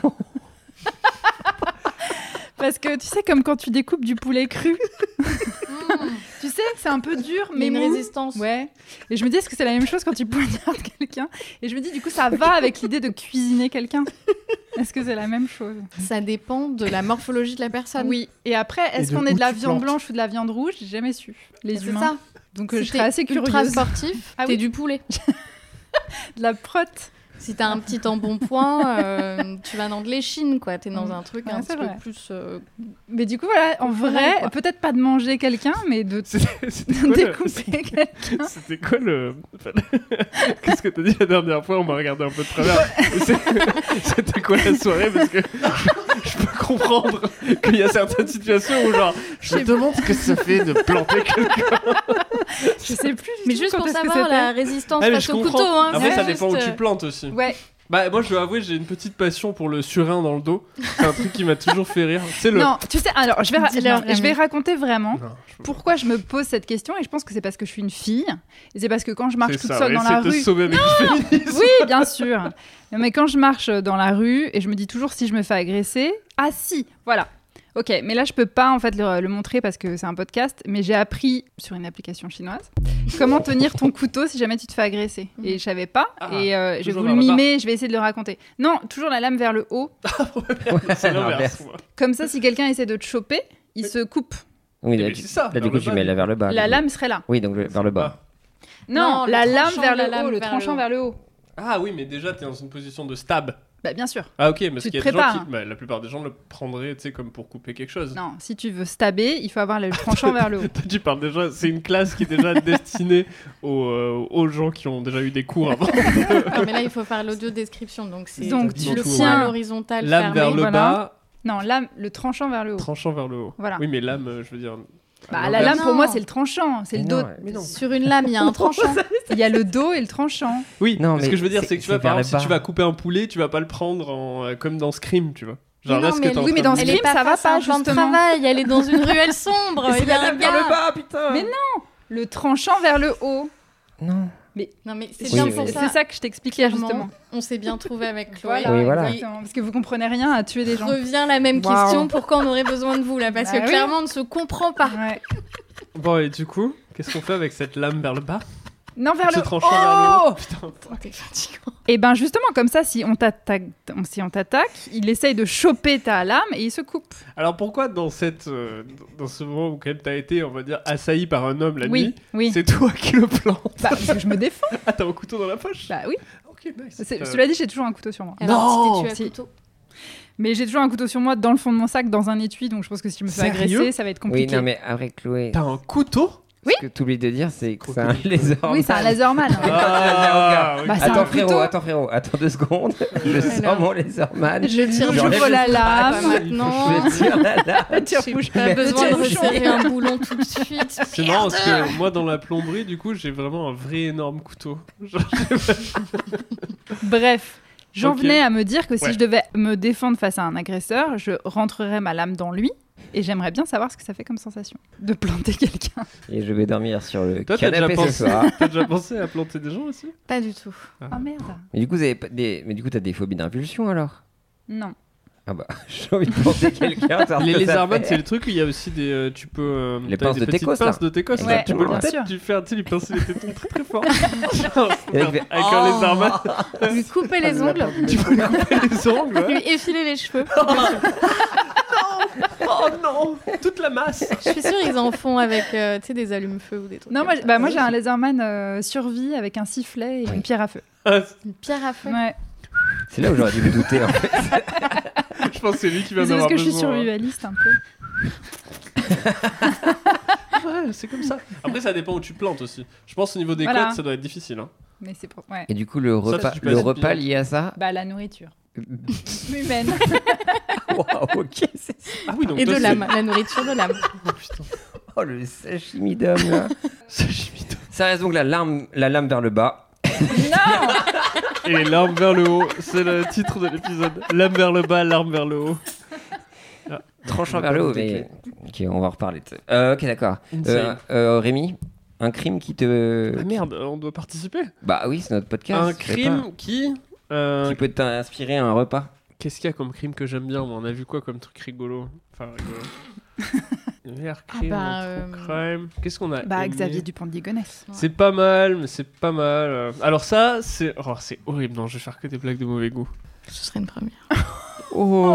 Parce que tu sais, comme quand tu découpes du poulet cru, tu sais, c'est un peu dur, Mais mais une mou. résistance. Ouais. Et je me dis, est-ce que c'est la même chose quand tu poignardes quelqu'un? Et je me dis, du coup, ça va avec l'idée de cuisiner quelqu'un. Est-ce que c'est la même chose? Ça dépend de la morphologie de la personne. Oui. Et après, est-ce Et de qu'on est où de la tu viande plantes. blanche ou de la viande rouge? J'ai jamais su. Les C'est humains. ça. Donc euh, Si je serais t'es assez ultra curieuse. sportif, Ah t'es oui. du poulet. De la prote. Si t'as un petit embonpoint, euh, tu vas dans de l'échine, quoi. T'es dans Mm. un truc Ouais, un c'est petit vrai. peu plus... euh, Mais du coup, voilà, en Faut vrai, quoi. peut-être pas de manger quelqu'un, mais de C'était c'était quoi, le... découper quelqu'un. C'était quoi le. Enfin, qu'est-ce que t'as dit la dernière fois? On m'a regardé un peu de travers. Et c'est- C'était quoi la soirée? Parce que je, je peux comprendre qu'il y a certaines situations où, genre, je me demande ce que ça fait de planter quelqu'un. Je sais plus. du Mais tout juste quand pour est-ce que savoir c'était. la résistance Ah, mais face je au comprends. couteau. Hein, Après, c'est ça juste, dépend où euh, tu plantes aussi. Ouais. Bah, moi, je dois avouer, j'ai une petite passion pour le surin dans le dos. C'est un truc qui m'a toujours fait rire. C'est le. Non, tu sais, alors je vais, ra- Dis-leur, non, je vais Rémi. raconter vraiment Non, je peux pas. pourquoi je me pose cette question, et je pense que c'est parce que je suis une fille, et c'est parce que quand je marche C'est toute ça, seule ouais, dans c'est la te rue. sauver avec du féminisme. Oui, bien sûr. Mais quand je marche dans la rue et je me dis toujours si je me fais agresser, ah si, voilà. Ok, mais là je peux pas en fait le, le montrer parce que c'est un podcast, mais j'ai appris sur une application chinoise comment tenir ton couteau si jamais tu te fais agresser. Et je savais pas, Ah, et euh, j'ai toujours voulu vers le bas. mimer, je vais essayer de le raconter. Non, toujours la lame vers le haut. C'est l'inverse. L'inverse. moi. Comme ça, si quelqu'un essaie de te choper, il se coupe. Oui, Eh là, ben, tu- c'est ça, là, vers du coup, le tu bas, mets du la coup. vers le bas. La du coup. lame serait là. Oui, donc le- vers le bas. Non, Non, le la lame tranchant vers de la le lame haut, le vers tranchant le haut. vers le haut. Ah oui, mais déjà, t'es dans une position de stab. Bah bien sûr. Ah ok, parce Tu qu'il y te a des gens prépares. qui... Bah, la plupart des gens le prendraient, tu sais, comme pour couper quelque chose. Non, si tu veux stabber, il faut avoir le tranchant vers le haut. Toi, tu parles déjà, c'est une classe qui est déjà destinée aux, euh, aux gens qui ont déjà eu des cours avant. Non, mais là, il faut faire l'audio description. Donc, c'est Donc, tu le le poing tiens. à l'horizontale Lame fermé. vers le voilà. bas, Non, lame, le tranchant vers le haut. tranchant vers le haut. Voilà. Oui, mais lame, euh, je veux dire... Bah, à la l'inverse. lame, pour Non. moi, c'est le tranchant. C'est le Mais dos. non, Mais non. Sur une lame, il y a un tranchant. Il y a le dos et le tranchant. Oui, Non, mais ce mais que je veux dire, c'est- c'est que tu c'est vois, par vers exemple, le si tu bas. vas couper un poulet, tu vas pas le prendre en, euh, comme dans Scream, tu vois. Genre Mais là, non, ce mais que t'es en oui, mais train dans de Elle dire- est Scream, pas ça va face à pas, un plan de justement. travail, elle est dans une ruelle sombre. Mais c'est Il y a la un lame vers le gars. bas, putain. Mais Le tranchant vers le haut. Non. Non, mais c'est Oui, bien oui, pour oui. ça. C'est ça que je t'expliquais Clairement, justement. on s'est bien trouvé avec Chloé. Voilà, Oui, voilà. exactement. Parce que vous comprenez rien à tuer des gens. Revient la même Waouh. question, pourquoi on aurait besoin de vous là? Parce Bah que oui. clairement, on ne se comprend pas. Ouais. Bon, et du coup, qu'est-ce qu'on fait avec cette lame vers le bas? Non, vers Ce le tranchant vers le haut. haut. Putain. T'es fatigant. Et ben justement, comme ça, si on t'attaque, si on t'attaque, il essaye de choper ta lame et il se coupe. Alors pourquoi dans cette, euh, dans ce moment où quand même t'as été, on va dire, assailli par un homme la Oui, nuit, oui. c'est toi qui le plante? Bah, parce que je me défends. Ah, t'as un couteau dans la poche? Bah oui. Ok, nice. C'est- Euh, Cela dit, j'ai toujours un couteau sur moi. Alors, Non. si t'es tué à Si. couteau. Mais j'ai toujours un couteau sur moi dans le fond de mon sac, dans un étui, donc je pense que si je me fais Sérieux agresser, ça va être Oui, compliqué. non, mais après, Chloé, T'as un couteau? Oui. ce que tu oublies de dire, c'est que c'est un Crocodile. lézard. Oui, c'est un laserman. hein. Ah, oui. Bah, c'est un Attends, couteau. frérot, attends, frérot, attends deux secondes. Je sors Alors. mon laserman. Je tire J'enlève j'ouvre le la pas lame il faut- maintenant. Je tire la lame. Tire J'ai bouche. pas Mais- besoin de Tire resserrer bouchon. un boulon tout de suite. C'est marrant parce que moi dans la plomberie du coup j'ai vraiment un vrai énorme couteau. Genre, Bref, j'en Ok. venais à me dire que si Ouais. je devais me défendre face à un agresseur, je rentrerais ma lame dans lui. Et j'aimerais bien savoir ce que ça fait comme sensation de planter quelqu'un. Et je vais dormir sur le Toi, t'as canapé déjà ce pensé- soir. T'as déjà pensé à planter des gens aussi? Pas du tout. Oh merde. Mais du coup, vous avez pas des... Mais du coup, t'as des phobies d'impulsion alors? Non. Ah bah, j'ai envie de planter quelqu'un. savoir Les ce que ça lézardman, fait. c'est le truc où il y a aussi des. euh, tu peux. euh, Les t'as pinces des de petites Técos, là. pinces de Técos, là. Ouais, Tu peux bien peut-être sûr. tu faire, tu sais, lui pincer les tétons très très fort. Genre, Et avec- avec un lézardman, Lui couper les ongles, tu peux lui couper les ongles. ouais. lui effiler les cheveux. Oh non, toute la masse. Je suis sûre ils en font avec euh, tu sais, des allumes-feu ou des trucs. Non, comme moi, ça. bah, moi j'ai un laserman euh, survie avec un sifflet et Oui. une pierre à feu. Ah, Une pierre à feu. Ouais. C'est là où j'aurais dû me douter en fait. je pense que c'est lui qui va Mais en C'est parce avoir que je suis besoin. survivaliste un peu. Ouais, c'est comme ça. Après, ça dépend où tu plantes aussi. Je pense au niveau des Voilà. côtes, ça doit être difficile. Hein. Mais c'est pour. Ouais. Et du coup, le repas, tu le passes repas bien. lié à ça. Bah, la nourriture. Humaine. Waouh, ok. c'est- Ah oui, donc Et toi, de c'est- l'âme, la nourriture de l'âme. Oh putain, Oh, le sashimi d'homme là. sashimi de- Ça reste donc la lame, la lame vers le bas. Non. Et l'arme vers le haut, c'est le titre de l'épisode. L'âme vers le bas, l'arme vers le haut. Tranchant vers le haut. Mais... Ok, on va en reparler. de ça. Euh, ok, d'accord. Euh, Insane. euh, Rémi, un crime qui te. Ah merde, on doit participer. Bah oui, c'est notre podcast. Un je sais crime pas. qui. euh, Qui peut t'inspirer à un repas. Qu'est-ce qu'il y a comme crime que j'aime bien? Moi, on a vu quoi comme truc rigolo? Enfin, rigolo. Meilleur Ah crime, bah, un euh, true crime. Qu'est-ce qu'on a Bah, aimé Xavier Dupont de Ligonnès. C'est pas mal, mais c'est pas mal. euh. Alors ça, c'est... Oh, c'est horrible. Non, je vais faire que des blagues de mauvais goût. Ce serait une première. Oh.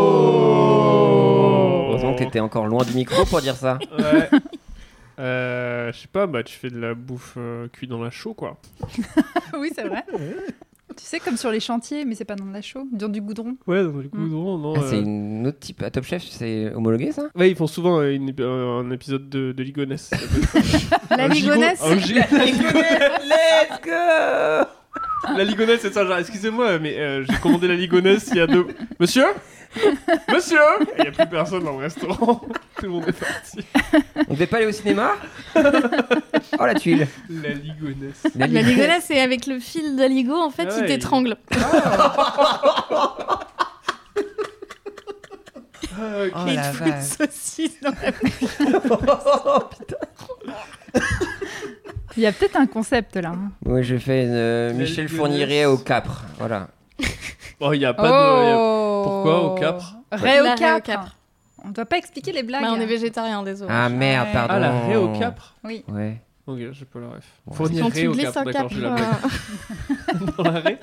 Oh. Heureusement que t'étais encore loin du micro pour dire ça. Ouais. Euh, je sais pas, bah tu fais de la bouffe euh, cuite dans la chaux, quoi. Oui, c'est vrai. Tu sais, comme sur les chantiers, mais c'est pas dans de la chaux, dans du goudron. Ouais, dans du goudron, non. Ah, euh. c'est une autre type à Top Chef, c'est homologué ça? Ouais, ils font souvent euh, une ép- euh, un épisode de, de Ligonnès. La Un gigot- Ligonnès. un gi- Let's go! La Ligonnès, c'est ça, genre, excusez-moi, mais euh, j'ai commandé la Ligonnès il y a deux... Monsieur Monsieur Et il n'y a plus personne dans le restaurant. Tout le monde est parti. On devait pas aller au cinéma? Oh la tuile! La Ligonnès. La Ligonnès, c'est avec le fil d'aligot, en fait, Ah il ouais, t'étrangle. Ah, ok. Oh Et il la te fout une vache. saucisse dans la Il y a peut-être un concept là. hein. Oui, je fais une euh, Michel Ligonnès. Fourniret au Capre. Voilà. Oh, il n'y a pas de... y a- Oh. Pourquoi au Capre? Ré au La Ré au Capre. Capre. On doit pas expliquer les blagues. Bah, on est végétarien, désolé. Ah merde, Ouais. pardon. Ah, la raie au Capre? Oui. Ouais. Ok, j'ai pas la ref. Ouais. Fournir Quand raie tu au glisses Capre, un d'accord, cap, j'ai la blague. euh, Dans la raie?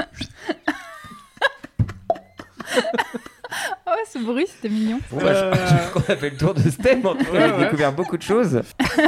Oh, ce bruit, c'était mignon. Bon, bah, je- Euh. je crois qu'on a fait le tour de ce thème. En tout cas, Ouais, j'ai ouais. découvert beaucoup de choses.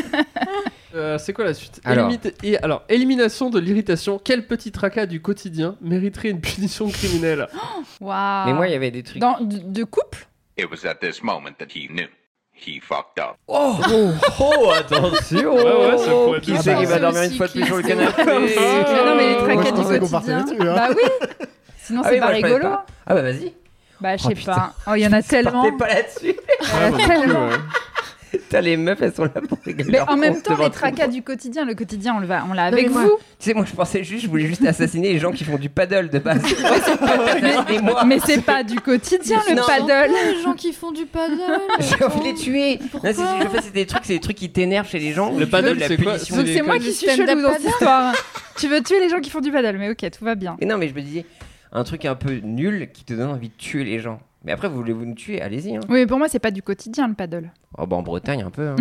Euh, c'est quoi la suite? Alors. Élimite- et, alors, élimination de l'irritation. Quel petit tracas du quotidien mériterait une punition criminelle? Waouh. Mais moi, il y avait des trucs. Dans, de, de couple It was at this moment that he knew. He fucked up. Oh, oh, oh, attention! Ouais, ouais, ça pourrait être Qui pas c'est mal. qui va C'est dormir aussi une fois de plus sur le qui- canapé? Mais non, mais les Moi, tracas je du pensais qu'on partait quotidien. là-dessus, hein. Bah oui. Sinon, Ah c'est oui, pas moi, je savais rigolo. pas. Ah bah vas-y. Bah, je Oh, sais putain. pas. Oh, il y en a tellement. Partez pas là-dessus. Ouais, moi non plus, Tellement. ouais. Putain, les meufs, elles sont là pour rigoler. Mais leur en même compte temps, devant les tout le tracas monde. du quotidien, le quotidien, on l'a, on l'a Non, avec mais moi- vous. Tu sais, moi, je pensais juste, je voulais juste assassiner les gens qui font du paddle de base. Et moi, Mais c'est pas du quotidien, le Non. paddle. Les gens qui font du paddle. j'ai envie de les tuer. Pourquoi Non, c'est, en fait, c'est des trucs, c'est des trucs qui t'énervent chez les gens. Le Tu paddle, veux de la c'est quoi? punition. C'est Donc des c'est moi comme qui du suis stand-up chelou dans cette paddle. histoire. Tu veux tuer les gens qui font du paddle, mais ok, tout va bien. Mais non, mais je me disais, un truc un peu nul qui te donne envie de tuer les gens. Mais après, vous voulez-vous nous tuer? Allez-y. Hein. Oui, mais pour moi, c'est pas du quotidien le paddle. Oh, bah en Bretagne, un peu. Hein.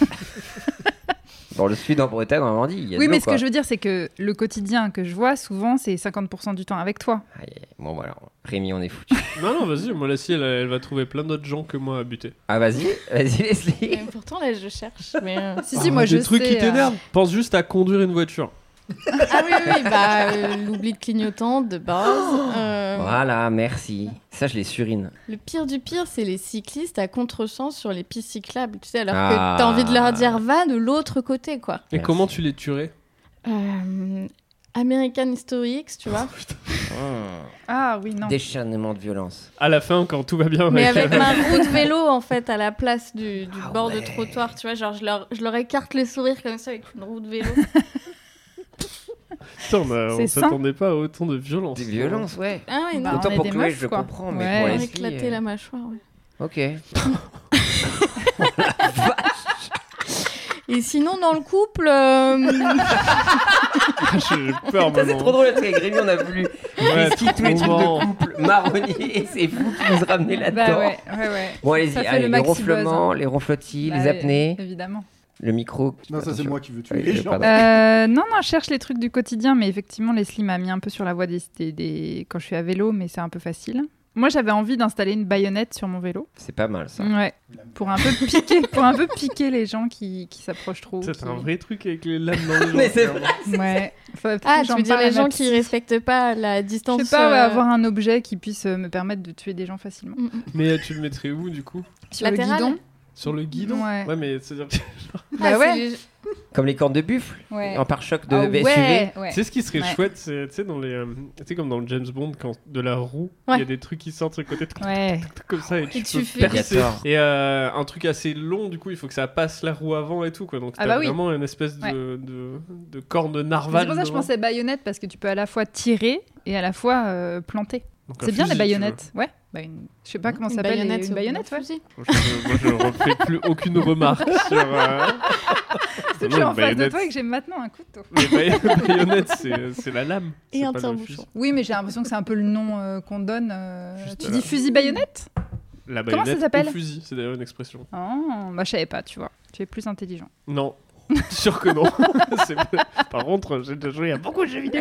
Dans le sud, en Bretagne, en Normandie, il y a Oui, de mais l'eau, ce quoi. que je veux dire, c'est que le quotidien que je vois, souvent, c'est cinquante pour cent du temps avec toi. Aïe, aïe. Bon, voilà. Rémi, on est foutu. Non, non, vas-y, moi, la scie, elle, elle va trouver plein d'autres gens que moi à buter. Ah, vas-y, vas-y, Leslie. Et pourtant, là, je cherche. Mais euh, Si, si, Ah, moi, des je trucs sais. qui euh, t'énervent. Pense juste à conduire une voiture. Ah oui, oui, oui, bah, euh, l'oubli de clignotant de base. Euh, Voilà, merci. Ça, je les surine. Le pire du pire, c'est les cyclistes à contresens sur les pistes cyclables, tu sais, alors Ah. que t'as envie de leur dire va de l'autre côté, quoi. Et Merci. comment tu les tuerais? Euh, American History X, tu vois. Mmh. Ah oui, non. Déchaînement de violence. À la fin, quand tout va bien. Mais avec- avec ma roue de vélo, en fait, à la place du, du Ah bord de ouais. trottoir, tu vois, genre je leur, je leur écarte le sourire comme ça avec une roue de vélo. Putain, on a- on C'est ça. s'attendait pas à autant de violence. Des violences, ouais. Ah ouais, Bah, non. Autant on est pour des Chloé, meufs, je quoi. comprends, mais Ouais. pour On Leslie... éclater euh, la mâchoire, ouais. Ok. Et sinon, dans le couple, euh, J'ai peur Ça, c'est maintenant. trop drôle, parce qu'avec Rémi, on a voulu Ouais, esquiver tous les trucs trop de couple marronniers, et c'est vous qui nous ramenez là-dedans. Bah ouais, ouais, ouais. Bon, allez-y, Ça fait allez, le les maxi ronflements, buzz, les ronflottis, Bah, les apnées, Évidemment. le micro. Non, ça c'est Attention. moi qui veux tuer Ouais, les je- gens. pardon. Euh, non, non, je cherche les trucs du quotidien, mais effectivement, Leslie m'a mis un peu sur la voie des, des, des- quand je suis à vélo, mais c'est un peu facile. Moi, j'avais envie d'installer une baïonnette sur mon vélo. C'est pas mal, ça. Ouais, pour un peu piquer, pour un peu piquer les gens qui, qui s'approchent trop. C'est qui- un vrai truc avec les lames dans les gens. Mais c'est clairement. Ouais. Faut- faut ah, que tu j'en veux dire parle à les ma gens qui psy. respectent pas la Je distance. sais pas, ouais, euh, avoir un objet qui puisse euh, me permettre de tuer des gens facilement. mm, mm. Mais euh, tu le mettrais où du coup? Sur Latéral. le guidon. Sur le guidon? Ouais. Ouais, mais c'est-à-dire que- Bah Ah, ouais. c'est les- Comme les cornes de buffle, Ouais. en pare-choc de Ah S U V. ouais, ouais. Tu sais ce qui serait Ouais. chouette, c'est tu sais dans les, euh, tu sais comme dans le James Bond quand de la roue, il Ouais. y a des trucs qui sortent sur le côté Ouais. comme ça et tu, Et tu peux fais- percer. D'accord. Et euh, un truc assez long, du coup, il faut que ça passe la roue avant et tout quoi. Donc Ah t'as bah oui. vraiment une espèce de, Ouais. de, de corne de C'est narval. pour ça que je devant. pensais baïonnette parce que tu peux à la fois tirer et à la fois euh, planter. Donc un C'est bien fusil, les tu veux. baïonnettes. Ouais. Bah, une... Je sais pas comment ça Une s'appelle. les- baïonnette, Une au baïonnette, ouais. fusil. Moi, je, moi, je refais plus aucune remarque sur. Euh... C'est que non, je suis en une face de baïonnette. toi et que j'ai maintenant un couteau. Les baï- baïonnettes, c'est c'est la lame. Et c'est un pas le tire-bouchon. fusil. Oui, mais j'ai l'impression que c'est un peu le nom euh, qu'on donne. euh, Juste Tu là. dis fusil baïonnette La Comment ça baïonnette s'appelle au fusil, c'est d'ailleurs une expression. Oh, bah je savais pas, tu vois. Tu es plus intelligent. Non, sûr que non. C'est- Par contre, j'ai déjà joué à beaucoup de jeux vidéo.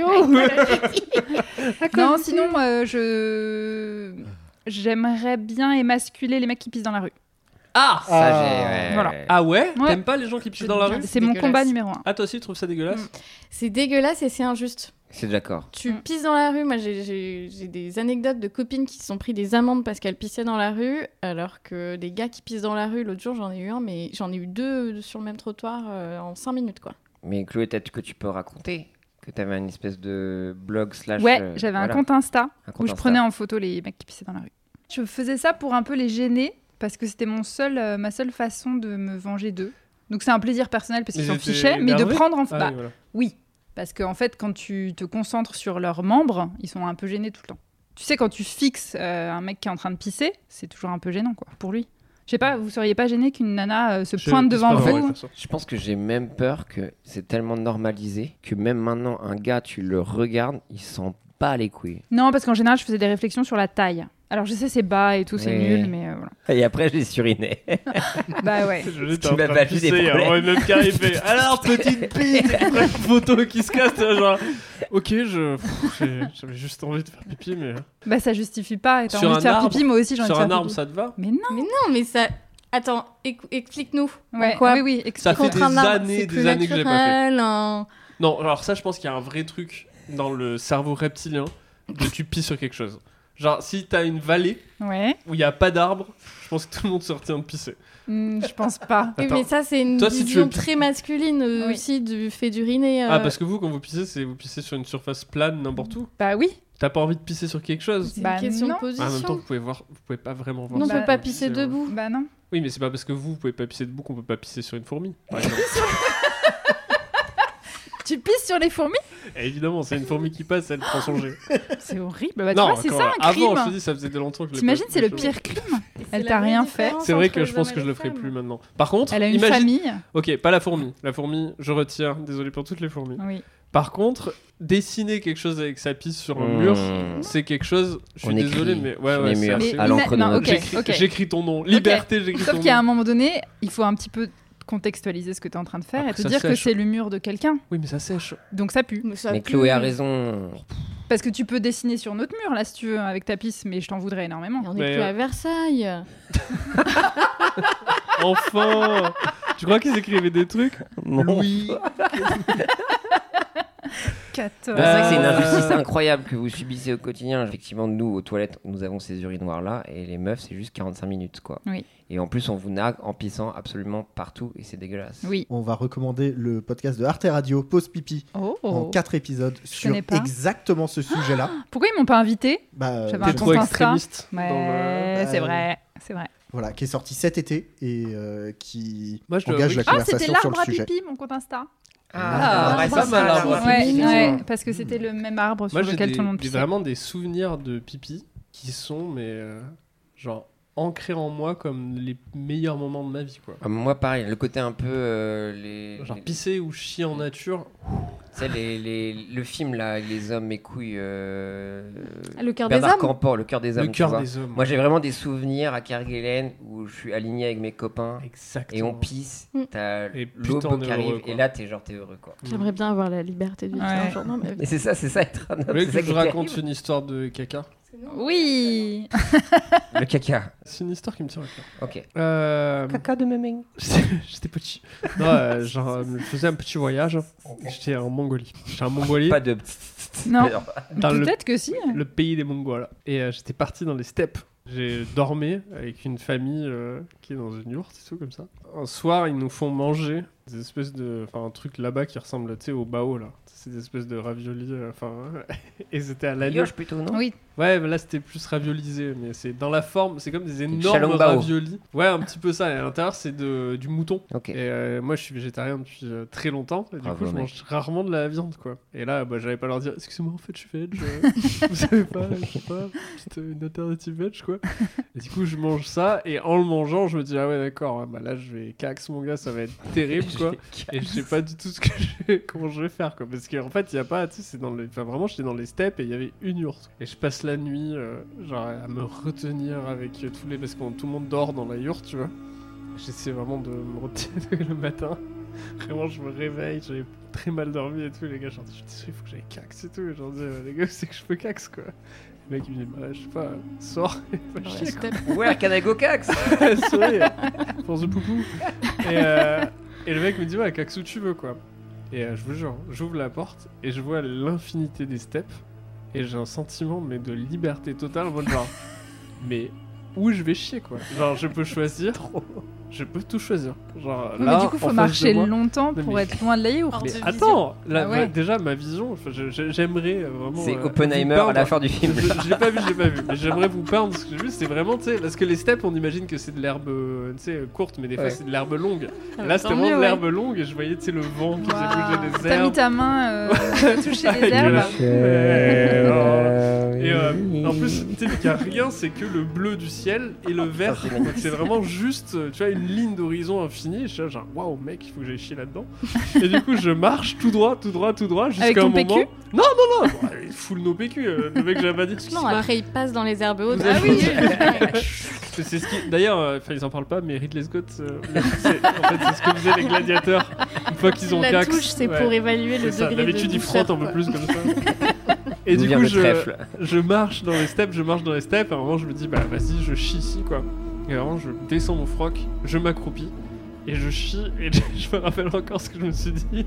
Non, sinon, euh, je... J'aimerais bien émasculer les mecs qui pissent dans la rue. Ah Ça, Ah. j'ai. ouais, Voilà. ouais. Ah ouais, Ouais. T'aimes pas les gens qui pissent dans la rue? C'est mon dégueulasse. combat numéro un. Ah, toi aussi, tu trouves ça dégueulasse? C'est dégueulasse et c'est injuste. C'est d'accord. Tu Mm. pisses dans la rue. Moi, j'ai- j'ai j'ai des anecdotes de copines qui se sont pris des amendes parce qu'elles pissaient dans la rue, alors que des gars qui pissent dans la rue, l'autre jour, j'en ai eu un, mais j'en ai eu deux sur le même trottoir euh, en cinq minutes, quoi. Mais Chloé, peut-être que tu peux raconter que tu avais une espèce de blog slash. Ouais, euh, j'avais voilà, un compte Insta un compte où je Insta. prenais en photo les mecs qui pissaient dans la rue. Je faisais ça pour un peu les gêner parce que c'était mon seul, euh, ma seule façon de me venger d'eux. Donc c'est un plaisir personnel parce qu'ils Ils s'en étaient fichaient, mais de énervés prendre en Ah, bah, oui, voilà. oui, parce qu'en fait quand tu te concentres sur leurs membres, ils sont un peu gênés tout le temps. Tu sais quand tu fixes euh, un mec qui est en train de pisser, c'est toujours un peu gênant quoi pour lui. Je sais pas, vous seriez pas gêné qu'une nana euh, se Je pointe pisse devant pas, vous ouais, de toute façon. Je pense que j'ai même peur que c'est tellement normalisé que même maintenant, un gars, tu le regardes, il s'en bat les couilles. Non, parce qu'en général, je faisais des réflexions sur la taille. Alors je sais c'est bas et tout, c'est Ouais. nul, mais euh, voilà. Et après, j'ai suriné. Bah ouais. Je Tu m'as battu des problèmes. Alors, le gars, il fait alors, petite bite. Il prend une photo qui se casse. t'es genre, ok, je... pff, j'ai- j'avais juste envie de faire pipi, mais. Bah ça justifie pas. Et t'as Sur envie un de faire arbre- pipi, moi aussi j'ai envie de Sur faire un arbre, pipi. ça te va? Mais non. Mais non, mais ça. Attends, écou- explique-nous. Ouais, Pourquoi oui, oui. Ça explique. fait Contre des un arbre, années, c'est des plus années que j'ai pas fait. naturel, un- Non, alors ça, je pense qu'il y a un vrai truc dans le cerveau reptilien de tu pisses sur quelque chose. Genre, si t'as une vallée Ouais. où il n'y a pas d'arbre, je pense que tout le monde se retient de pisser. Hmm, je pense pas. Oui, Attends. mais ça, c'est une Toi, si tu vision veux- très masculine euh, Oui. aussi du fait d'uriner. euh, Ah, parce que vous, quand vous pissez, c'est vous pissez sur une surface plane n'importe où. Bah oui. T'as pas envie de pisser sur quelque chose. C'est Bah une question non. de position. Ah, en même temps, vous pouvez voir, vous pouvez pas vraiment voir. Non, on ça peut quand pas vous pisser ouais. debout. Bah non. Oui, mais c'est pas parce que vous, vous pouvez pas pisser debout qu'on peut pas pisser sur une fourmi. Par exemple. Tu pisses sur les fourmis? Et évidemment, c'est une fourmi qui passe, elle prend son jet. C'est horrible. Bah tu non, vois, c'est quand- ça un crime. Avant, je te dis, ça faisait de longtemps que je l'ai T'imagines, pas- c'est le je- pire crime. C'est Elle la t'a vraie rien fait. différence C'est vrai entre que je les pense hommes que et je le les ferai femmes. plus maintenant. Par contre, Elle a une imagine... famille. Ok, pas la fourmi. La fourmi, je retire. Désolé pour toutes les fourmis. Oui. Par contre, dessiner quelque chose avec sa pisse sur un Mmh. mur, c'est quelque chose. Je suis On désolé, écrit mais ouais, sur ouais, les c'est- murs, c'est- à Mais l'encre de ima- non, notre- ok, J'écris ok. j'écris ton nom. Liberté, j'écris ton Sauf nom. qu'à un moment donné, il faut un petit peu contextualiser ce que tu es en train de faire Après, et te ça dire que sèche. c'est le mur de quelqu'un. Oui, mais ça sèche. Donc ça pue. Mais, ça Mais pue. Chloé a raison. Parce que tu peux dessiner sur notre mur là si tu veux avec ta pisse, mais je t'en voudrais énormément. Et on n'est Mais, plus euh, à Versailles. Enfin Tu crois qu'ils écrivaient des trucs Louis. quatorze. C'est vrai que c'est une Euh, injustice incroyable que vous subissez au quotidien. Effectivement, nous, aux toilettes, nous avons ces urinoirs-là, et les meufs, c'est juste quarante-cinq minutes, quoi. Oui. Et en plus, on vous nargue en pissant absolument partout, et c'est dégueulasse. Oui. On va recommander le podcast de Arte Radio, Pause Pipi, Oh. en quatre épisodes sur connais pas. exactement ce sujet-là. Pourquoi ils m'ont pas invité? Bah, J'avais je- un T'es compte trop Insta. extrémiste. dans le- Ouais, c'est Euh, vrai, c'est vrai. Voilà, qui est sorti cet été et euh, qui Moi, je dois engage avouer la que- Ah, c'était conversation sur l'arbre le à sujet. pipi, mon compte Insta. Ah, ouais, ça, pas mal, ça, l'arbre à ça, Ouais, pipi, ça. ouais, parce que c'était le même arbre sur Moi, j'ai lequel des, tout le monde des- pissait. vraiment des souvenirs de pipi qui sont, mais euh, genre, ancrés en moi comme les meilleurs moments de ma vie, quoi. Ah, moi, pareil, le côté un peu. euh, les, Genre les- pisser ou chier en nature. tu sais, les, les- le film, là, Les hommes, mes couilles. Euh... Le cœur des Bernard hommes. Campan, Le cœur des hommes. Le tu cœur vois. des hommes. Moi, j'ai vraiment des souvenirs à Kerguelen où je suis aligné avec mes copains. Exactement. Et on pisse, Mm. t'as Et l'aube putain, on est qui arrive, heureux, quoi. et là, t'es genre, t'es heureux, quoi. J'aimerais bien avoir la liberté de vivre ça Ouais. un jour dans ma vie. Mais c'est ça, c'est ça, être un homme. Vous voulez c'est que ça je qui vous est raconte terrible. une histoire de caca? Oui. Le caca. C'est une histoire qui me tient à cœur. Ok. Euh... Caca de mémé. J'étais j'étais petit. Non, euh, genre, euh, je faisais un petit voyage. J'étais en Mongolie. J'étais en Mongolie, Pas de. Non. Alors, dans le, Peut-être que si. le pays des Mongols. Et euh, j'étais parti dans les steppes. J'ai dormi avec une famille euh, qui est dans une yourte et tout comme ça. Un soir, ils nous font manger des espèces de... Enfin, un truc là-bas qui ressemble, tu sais, au bao, là. C'est des espèces de raviolis, euh, enfin... et c'était à l'agneau. Brioche plutôt, non? Oui. Ouais, mais là, c'était plus raviolisé, mais c'est dans la forme, c'est comme des énormes Shalom-bao. raviolis. Ouais, un petit peu ça, et à l'intérieur, c'est de, du mouton. Ok. Et euh, moi, je suis végétarien depuis euh, très longtemps, et du Bravo, coup, je mec. mange rarement de la viande, quoi. Et là, bah, j'allais pas leur dire, excusez-moi, en fait, je suis veg, euh, vous savez pas, je sais pas, petite, euh, une alternative veg, quoi. Et du coup, je mange ça, et en le mangeant, je me dis, ah ouais, d'accord, ouais, bah là, je vais cax, mon gars, ça va être terrible. quoi. Et je sais pas du tout ce que je... comment je vais faire, quoi. Parce qu'en fait, il y a pas, tu sais, c'est dans les... Enfin, vraiment, j'étais dans les steppes et il y avait une yourte. Et je passe la nuit, euh, genre, à me retenir avec euh, tous les... Parce que tout le monde dort dans la yourte, tu vois. J'essaie vraiment de me retenir le matin. Vraiment, je me réveille, j'avais très mal dormi et tout. Les gars, genre, je suis désolé, il faut que j'aille cax et tout. Et genre, dis, les gars, c'est que je peux cax, quoi. Le mec, il me dit, bah, je sais pas, sors et va chier, quoi. Ouais, Canago Cax. Souris, force de poupou. Et, euh, et le mec me dit, ouais, cax où tu veux, quoi. Et euh, je vous jure, j'ouvre la porte et je vois l'infinité des steppes. Et j'ai un sentiment, mais de liberté totale, en mode genre, mais où je vais chier, quoi. Genre, je peux choisir. Je peux tout choisir. Genre, Oui, là, mais du coup, en faut face marcher de moi- longtemps Non, pour mais- être loin de la yourte. Mais de attends, là, Ah ouais. bah, déjà ma vision, enfin, je- je- j'aimerais euh, vraiment. C'est euh, Oppenheimer vous à la peindre. fin du film. Je, je l'ai pas vu, je l'ai pas vu. Mais j'aimerais vous peindre ce que j'ai vu, c'est vraiment, tu sais, parce que les steppes, on imagine que c'est de l'herbe, euh, tu sais, courte, mais des fois Ouais. c'est de l'herbe longue. Ah, Là, c'était tant vraiment mieux, de ouais. l'herbe longue et je voyais, tu sais, le vent qui faisait Waouh. bouger des T'as mis herbes. ta main euh, toucher les Et herbes. là- Ouais, oh. Et euh, en plus, tu sais, il n'y a rien, c'est que le bleu du ciel et le vert. c'est Donc magnifique. c'est vraiment juste, euh, tu vois, une ligne d'horizon infinie. Et je suis là, genre, waouh, mec, il faut que j'aille chier là-dedans. Et du coup, je marche tout droit, tout droit, tout droit, jusqu'à Avec un ton moment. P Q Non, non, non, bon, il fout nos P Q. euh, le mec, j'avais pas dit. Non, après, il passe dans les herbes hautes. Vous Ah avez- oui. C'est c'est ce qui. D'ailleurs, euh, enfin, ils en parlent pas, mais Ridley Scott, euh, c'est- en fait, c'est ce que faisaient les gladiateurs une fois qu'ils ont La cax. touche, c'est Ouais. pour évaluer le C'est ça. degré de D'habitude, ils douceur, frottent un peu quoi. plus comme ça. Et D'où du vient coup, le je, trèfle je marche dans les steppes, je marche dans les steppes. À un moment, je me dis, bah vas-y, je chie ici, quoi. Et vraiment, je descends mon froc, je m'accroupis et je chie. Et je me rappelle encore ce que je me suis dit.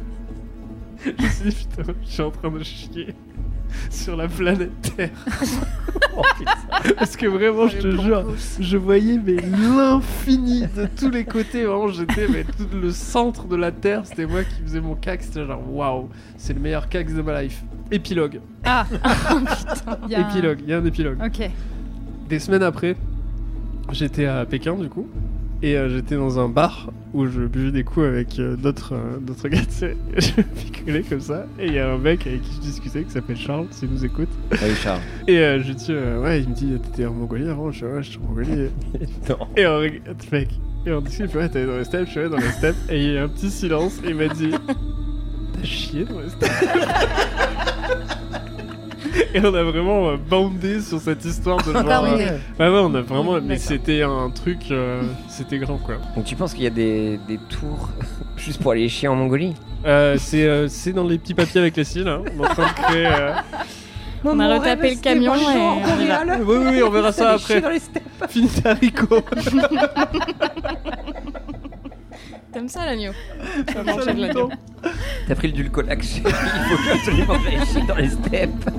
Je me suis dit, putain, je suis en train de chier sur la planète Terre. Oh, putain. Parce que vraiment, je te jure, je voyais mais l'infini de tous les côtés. Vraiment, j'étais mais tout le centre de la Terre. C'était moi qui faisais mon cax. C'était genre waouh, c'est le meilleur cax de ma life. Épilogue. Ah, il y a un- Épilogue. Il y a un épilogue. Ok. Des semaines après, j'étais à Pékin du coup. Et euh, j'étais dans un bar où je buvais des coups avec euh, d'autres euh, d'autres gars, tu sais. Je picolais comme ça. Et il y a un mec avec qui je discutais qui s'appelle Charles, s'il nous écoute. Oui, Charles. Et euh, je lui dis, euh, ouais, il me dit, t'étais en Mongolie avant? Je dis, ouais, j'étais en Mongolie. Non. Et on regarde, mec. Et on discute, il fait, ouais, t'allais dans les steppes, je suis allé dans les steppes. Et il y a un petit silence. Et il m'a dit, t'as chié dans les steppes? Et on a vraiment euh, bandé sur cette histoire de genre. Bandé. euh, Ouais, ouais, on a vraiment. Oui, mais d'accord. c'était un truc. euh, c'était grand, quoi. Donc tu penses qu'il y a des, des tours juste pour aller chier en Mongolie? Euh, c'est euh, c'est dans les petits papiers avec les cils. Hein. On est en train de créer. euh, On a retapé le camion et on y va. Oui, oui, oui, on verra ça après. Fini ta haricot. T'aimes ça, l'agneau? Ça manger de l'agneau. T'as pris le Dulcolac, chérie. Il faut absolument que j'aille chier dans les steppes.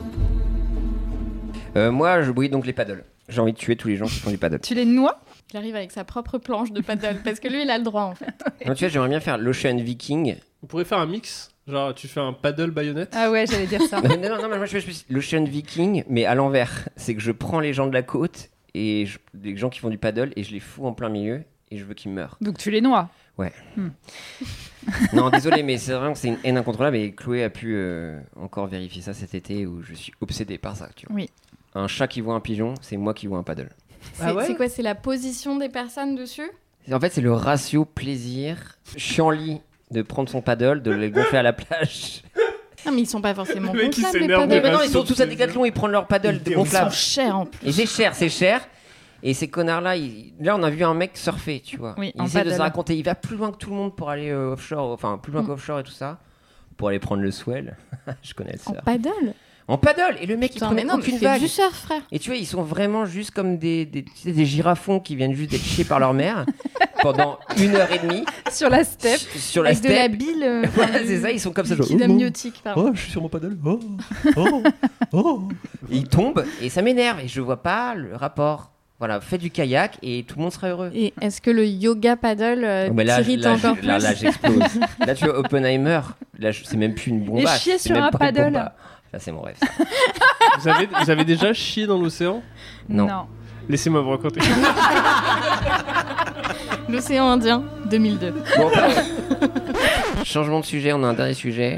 Euh, moi, je brille donc les paddles. J'ai envie de tuer tous les gens qui font du paddle. Tu les noies? Il arrive avec sa propre planche de paddle parce que lui, il a le droit en fait. Non, tu vois, j'aimerais bien faire l'Ocean Viking. On pourrait faire un mix. Genre, tu fais un paddle baïonnette. Ah ouais, j'allais dire ça. non, non, non, mais moi je fais l'Ocean Viking, mais à l'envers. C'est que je prends les gens de la côte et je- les gens qui font du paddle et je les fous en plein milieu et je veux qu'ils meurent. Donc tu les noies. Non, désolé, mais c'est vraiment que c'est une haine incontrôlable et Chloé a pu euh, encore vérifier ça cet été où je suis obsédé par ça. Tu vois. Oui. Un chat qui voit un pigeon, c'est moi qui vois un paddle. C'est Ah ouais c'est quoi? C'est la position des personnes dessus? En fait, c'est le ratio plaisir chiant-lit de prendre son paddle, de les gonfler à la plage. Non, mais ils sont pas forcément Le mec, il gonflables, les s'énerve. paddles. Mais non, ils ratio sont tous à plaisir. Décathlon, ils prennent leur paddle Ils Ils gonflable. sont chers en plus. Et c'est cher, c'est cher. Et ces connards-là, ils- là, on a vu un mec surfer, tu vois. Oui, il en essaie de se paddle. raconter. Il va plus loin que tout le monde pour aller euh, offshore, enfin, plus loin Mm. qu'offshore et tout ça, pour aller prendre le swell. Je connais En ça. paddle? En paddle. Et le mec, Putain, il mais prenait non, mais aucune fais vague. du surf, frère. Et tu vois, ils sont vraiment juste comme des, des, tu sais, des girafons qui viennent juste d'être chiés par leur mère pendant une heure et demie Sur la steppe. sur la Avec de la steppe. bile. euh, Ouais, c'est ça, ils sont comme ça. genre, liquide oh, amniotique, pardon. Oh, je suis sur mon paddle. Oh, oh, oh. Ils tombent et ça m'énerve et je vois pas le rapport. Voilà, fais du kayak et tout le monde sera heureux. Et est-ce que le yoga paddle euh, Oh, mais là, t'irrite là, encore je- plus? là, là, j'explose. Là, tu vois, Oppenheimer, là, je- c'est même plus une bombe. Et chier sur un paddle. Là, c'est mon rêve. Ça. Vous avez, vous avez déjà chié dans l'océan? Non. Laissez-moi vous raconter. L'océan Indien, deux mille deux. Bon, bah, changement de sujet, on a un dernier sujet.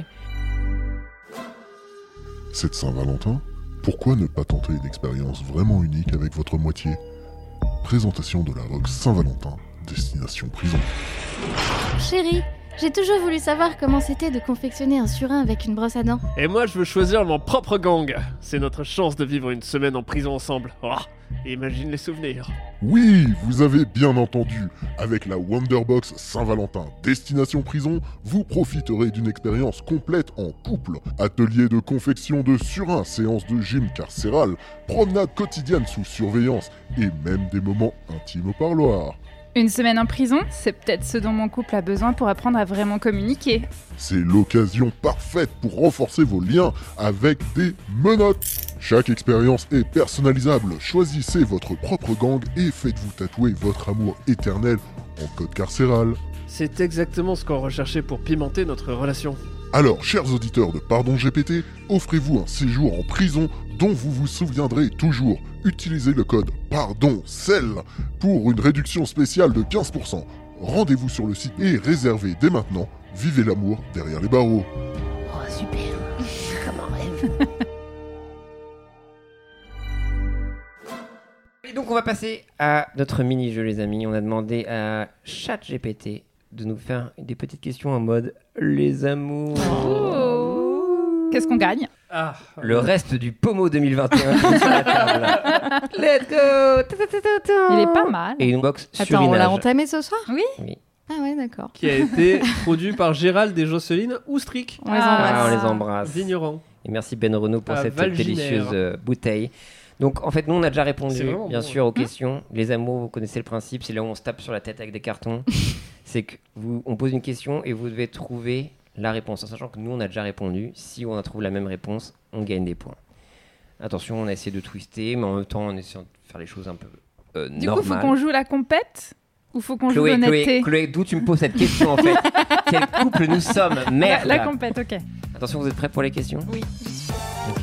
Cette Saint-Valentin, pourquoi ne pas tenter une expérience vraiment unique avec votre moitié? Présentation de la Rox Saint-Valentin, destination prison. Chérie, j'ai toujours voulu savoir comment c'était de confectionner un surin avec une brosse à dents. Et moi, je veux choisir mon propre gang. C'est notre chance de vivre une semaine en prison ensemble. Oh, imagine les souvenirs. Oui, vous avez bien entendu. Avec la Wonderbox Saint-Valentin Destination Prison, vous profiterez d'une expérience complète en couple. Atelier de confection de surin, séance de gym carcéral, promenade quotidienne sous surveillance et même des moments intimes au parloir. Une semaine en prison, c'est peut-être ce dont mon couple a besoin pour apprendre à vraiment communiquer. C'est l'occasion parfaite pour renforcer vos liens avec des menottes. Chaque expérience est personnalisable. Choisissez votre propre gang et faites-vous tatouer votre amour éternel en code carcéral. C'est exactement ce qu'on recherchait pour pimenter notre relation. Alors, chers auditeurs de Pardon G P T, offrez-vous un séjour en prison dont vous vous souviendrez toujours. Utilisez le code PARDONCEL pour une réduction spéciale de quinze pour cent. Rendez-vous sur le site et réservez dès maintenant. Vivez l'amour derrière les barreaux. Oh, super. Comme un rêve. Et donc, on va passer à notre mini-jeu, les amis. On a demandé à ChatGPT de nous faire des petites questions en mode les amours. Oh. Qu'est-ce qu'on gagne? Ah, Le reste du Pomo deux mille vingt et un qui est sur la table. Let's go. Il est pas mal. Et une box Attends, surinage. on l'a entamé ce soir? Oui. Oui. Ah ouais, d'accord. qui a été produit par Gérald et Jocelyne Oustric, On les Ah. embrasse. Ah, on les embrasse. vignerons. Et merci Ben Renaud pour À cette Val-Giner. délicieuse euh, bouteille. Donc en fait, nous on a déjà C'est répondu, vraiment bien bon, sûr, aux questions. Les amours, vous connaissez le principe, c'est là où on se tape sur la tête avec des cartons. C'est que vous, on pose une question et vous devez trouver la réponse, en sachant que nous on a déjà répondu. Si on a trouvé la même réponse, on gagne des points. Attention, on a essayé de twister, mais en même temps, on essaie de faire les choses un peu euh, Du coup, faut normales. qu'on joue la compète ou faut qu'on joue Chloé, l'honnêteté? Chloé, Chloé, d'où tu me poses cette question en fait? Quel couple nous sommes? La, Merde. la compète, ok. Attention, vous êtes prêts pour les questions? Oui. Ok.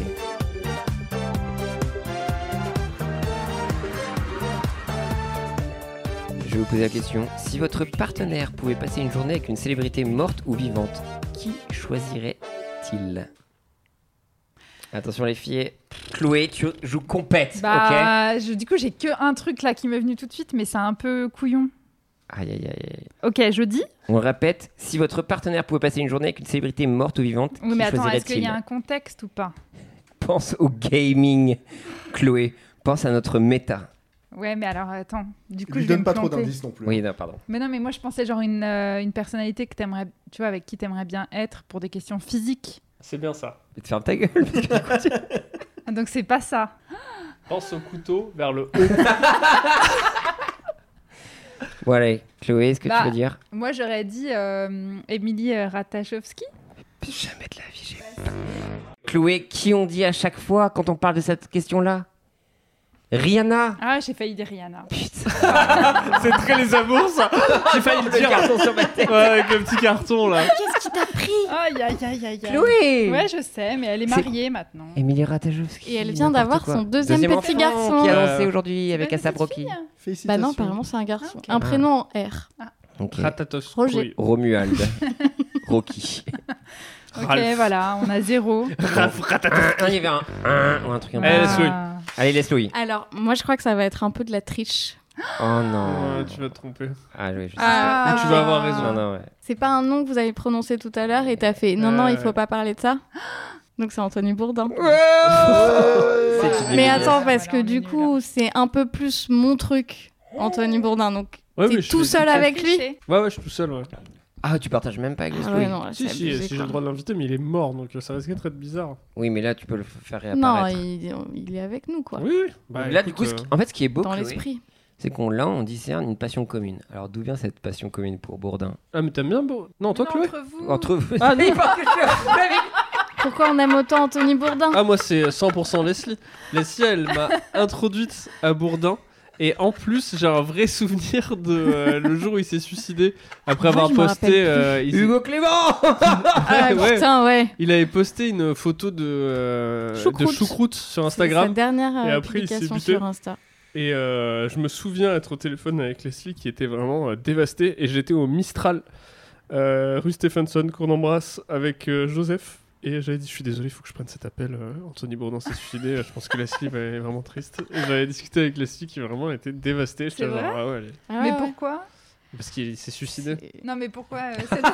Je vais vous poser la question. Si votre partenaire pouvait passer une journée avec une célébrité morte ou vivante, qui choisirait-il? Attention les filles. Chloé, tu joues compète, ok? Bah, je, du coup, j'ai que un truc là qui m'est venu tout de suite, mais c'est un peu couillon. Aïe, aïe, aïe, aïe. Ok, je dis. On répète. Si votre partenaire pouvait passer une journée avec une célébrité morte ou vivante, Oui, qui mais attends, est-ce choisirait-il? qu'il y a un contexte ou pas? Pense au gaming, Chloé. Pense à notre méta. Ouais, mais alors attends. Du coup, Lui je vais donne me pas trop planter. d'indices non plus. Oui, non, pardon. Mais non, mais moi je pensais genre une, euh, une personnalité que t'aimerais, tu vois, avec qui t'aimerais bien être pour des questions physiques. C'est bien ça. Je vais te faire ta gueule. parce que, du coup, tu- Ah, donc c'est pas ça. Pense au couteau vers le haut. Bon, allez, Chloé, est-ce que Bah. tu veux dire? Moi j'aurais dit euh, Émilie euh, Ratajkowski. Jamais de la vie, j'ai pas. Chloé, qui on dit à chaque fois quand on parle de cette question-là? Rihanna. Ah, j'ai failli dire Rihanna. Putain. C'est très les amours ça. J'ai failli le dire. carton sur ma tête. Ouais, avec le petit carton là. Qu'est-ce qui t'a pris? Aïe, aïe, aïe, aïe, aïe. Chloé. Ouais, je sais, mais elle est C'est- mariée maintenant. Émilie Ratajkowski. Et elle vient n'importe d'avoir quoi. son deuxième petit enfant garçon. qui a Euh, lancé aujourd'hui avec C'est pas une Asap petite Rocky. fille Bah Félicitations. non, apparemment c'est un garçon. Ah, ok. Un prénom en R. Ok. Ratatos. Roger. Oui. Romuald. Rocky. Ok, Ralph. voilà, on a zéro. Ralph Ratatos. Un, il y avait un, un ou un truc un peu. Eh, laisse Louis. Ah. Allez, laisse Louis. Alors, moi je crois que ça va être un peu de la triche. Oh non. Ouais, tu vas te tromper. Ah oui, je sais. Ah, Mais tu vas avoir Non, raison. non, ouais. C'est pas un nom que vous avez prononcé tout à l'heure et t'as fait non, non, il faut Euh. pas parler de ça. Donc c'est Anthony Bourdain. C'est une Mais évidence. attends, parce Voilà, que on est du nuls, coup, c'est un peu plus mon truc, Anthony Bourdain. Donc Ouais, t'es mais je tout fais- seul avec lui. Triché. Ouais, ouais, je suis tout seul, ouais. Ah, tu partages même pas avec Ah Louis. ouais, non, là, Si, c'est si, abusé, si j'ai quoi. le droit de l'inviter, mais il est mort, donc ça risque d'être bizarre. Oui, mais là, tu peux le faire Non, réapparaître. il, il est avec nous, quoi. Oui, oui. Bah, là, du écoute, coup, ce euh, qui- en fait, ce qui est beau, Dans Chloé, l'esprit. c'est qu'on là, on discerne une passion commune. Alors, d'où vient cette passion commune pour Bourdin? Ah, mais t'aimes bien Beau Non, toi, Non, Chloé entre vous. Entre vous. Ah, non. Il pense que je suis avec- Pourquoi on aime autant Anthony Bourdain? Ah, moi, c'est cent pour cent Leslie. Leslie, elle m'a introduite à Bourdin. Et en plus, j'ai un vrai souvenir de euh, le jour où il s'est suicidé après Ah, avoir je me posté. rappelle plus. euh, il, s'est- Hugo Clément. Ah ouais. putain, ouais. il avait posté une photo de, euh, de Choucroute. choucroute sur C'est sa Instagram. dernière Et euh, après, il s'est publication buté. sur Insta. Et euh, je me souviens être au téléphone avec Leslie qui était vraiment euh, dévastée. Et j'étais au Mistral, euh, rue Stephenson, qu'on embrasse, avec euh, Joseph. Et j'avais dit, je suis désolé, il faut que je prenne cet appel. euh, Anthony Bourdin s'est suicidé. Je pense que Leslie bah, est vraiment triste. Et j'avais discuté avec Leslie qui vraiment était dévastée. J'étais C'est genre, vrai ah ouais, elle est- Ah Mais ouais. pourquoi? Parce qu'il s'est suicidé. C'est- Non, mais pourquoi euh, cette...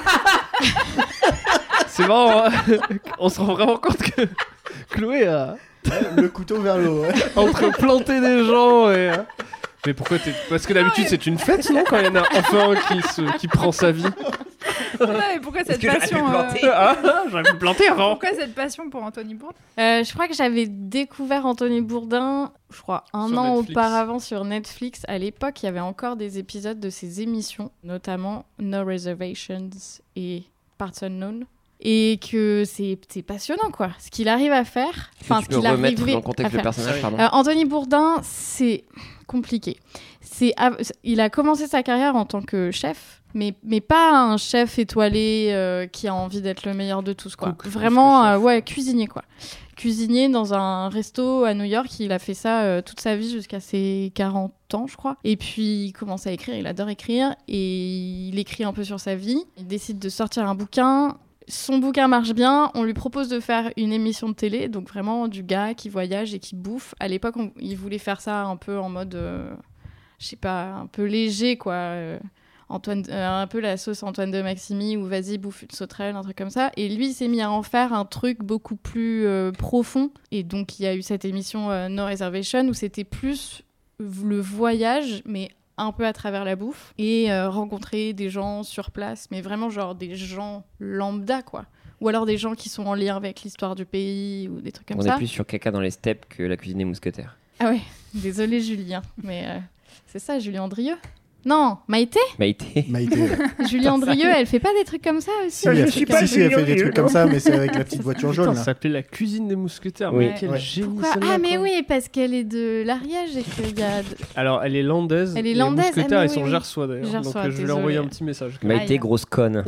C'est marrant, hein. On se rend vraiment compte que Chloé a Le couteau vers le haut. Ouais. entre planter des gens et... euh, Mais pourquoi t'es... Parce que d'habitude c'est une fête, non, quand il y en a enfin un qui, se... qui prend sa vie. Non, mais pourquoi cette que j'aurais pu passion le euh, planter Ah, j'aurais pu me planter avant. Pourquoi cette passion pour Anthony Bourdain? Euh, je crois que j'avais découvert Anthony Bourdain, je crois, un Sur an Netflix. auparavant sur Netflix. À l'époque, il y avait encore des épisodes de ses émissions, notamment No Reservations et Parts Unknown. Et que c'est c'est passionnant, quoi. Ce qu'il arrive à faire. Est-ce que tu ce peux qu'il remettre arrivait dans le à contexte le faire. personnage, pardon Euh, Anthony Bourdain, c'est compliqué. C'est, av- il a commencé sa carrière en tant que chef, mais, mais pas un chef étoilé euh, qui a envie d'être le meilleur de tous, quoi. Cook, plus Vraiment, que chef. euh, ouais, cuisinier, quoi. Cuisinier dans un resto à New York, il a fait ça euh, toute sa vie jusqu'à ses quarante ans, je crois. Et puis il commence à écrire, il adore écrire, et il écrit un peu sur sa vie. Il décide de sortir un bouquin. Son bouquin marche bien, on lui propose de faire une émission de télé, donc vraiment du gars qui voyage et qui bouffe. À l'époque, on- il voulait faire ça un peu en mode, euh, je sais pas, un peu léger, quoi. euh, Antoine, euh, un peu la sauce Antoine de Maximi, où vas-y, bouffe une sauterelle, un truc comme ça. Et lui, il s'est mis à en faire un truc beaucoup plus euh, profond. Et donc, il y a eu cette émission euh, No Reservation, où c'était plus le voyage, mais un peu à travers la bouffe, et euh, rencontrer des gens sur place, mais vraiment genre des gens lambda, quoi. Ou alors des gens qui sont en lien avec l'histoire du pays, ou des trucs comme On ça. est plus sur caca dans les steppes que la cuisine des mousquetaires. Ah ouais, désolé Julien, mais euh, c'est ça, Julien Andrieux. Non, Maïté Maïté. Maïté. ouais. Julien Andrieux, elle fait pas des trucs comme ça aussi Si, elle, fait, si, si, elle fait des trucs comme ça, mais c'est avec la petite voiture jaune. Putain, ça Là. s'appelait la cuisine des mousquetaires. Oui. Mais quel Ouais. génie Pourquoi celle-là, Ah mais quoi. oui, parce qu'elle est de l'Ariège et qu'il y a... Alors, elle est landaise. Elle est et landaise, Les mousquetaires, ah, mais ils sont oui, oui. gersois d'ailleurs. Gersois, Donc, euh, je vais lui désolée. envoyer un petit message. Maïté, Aïe. grosse conne.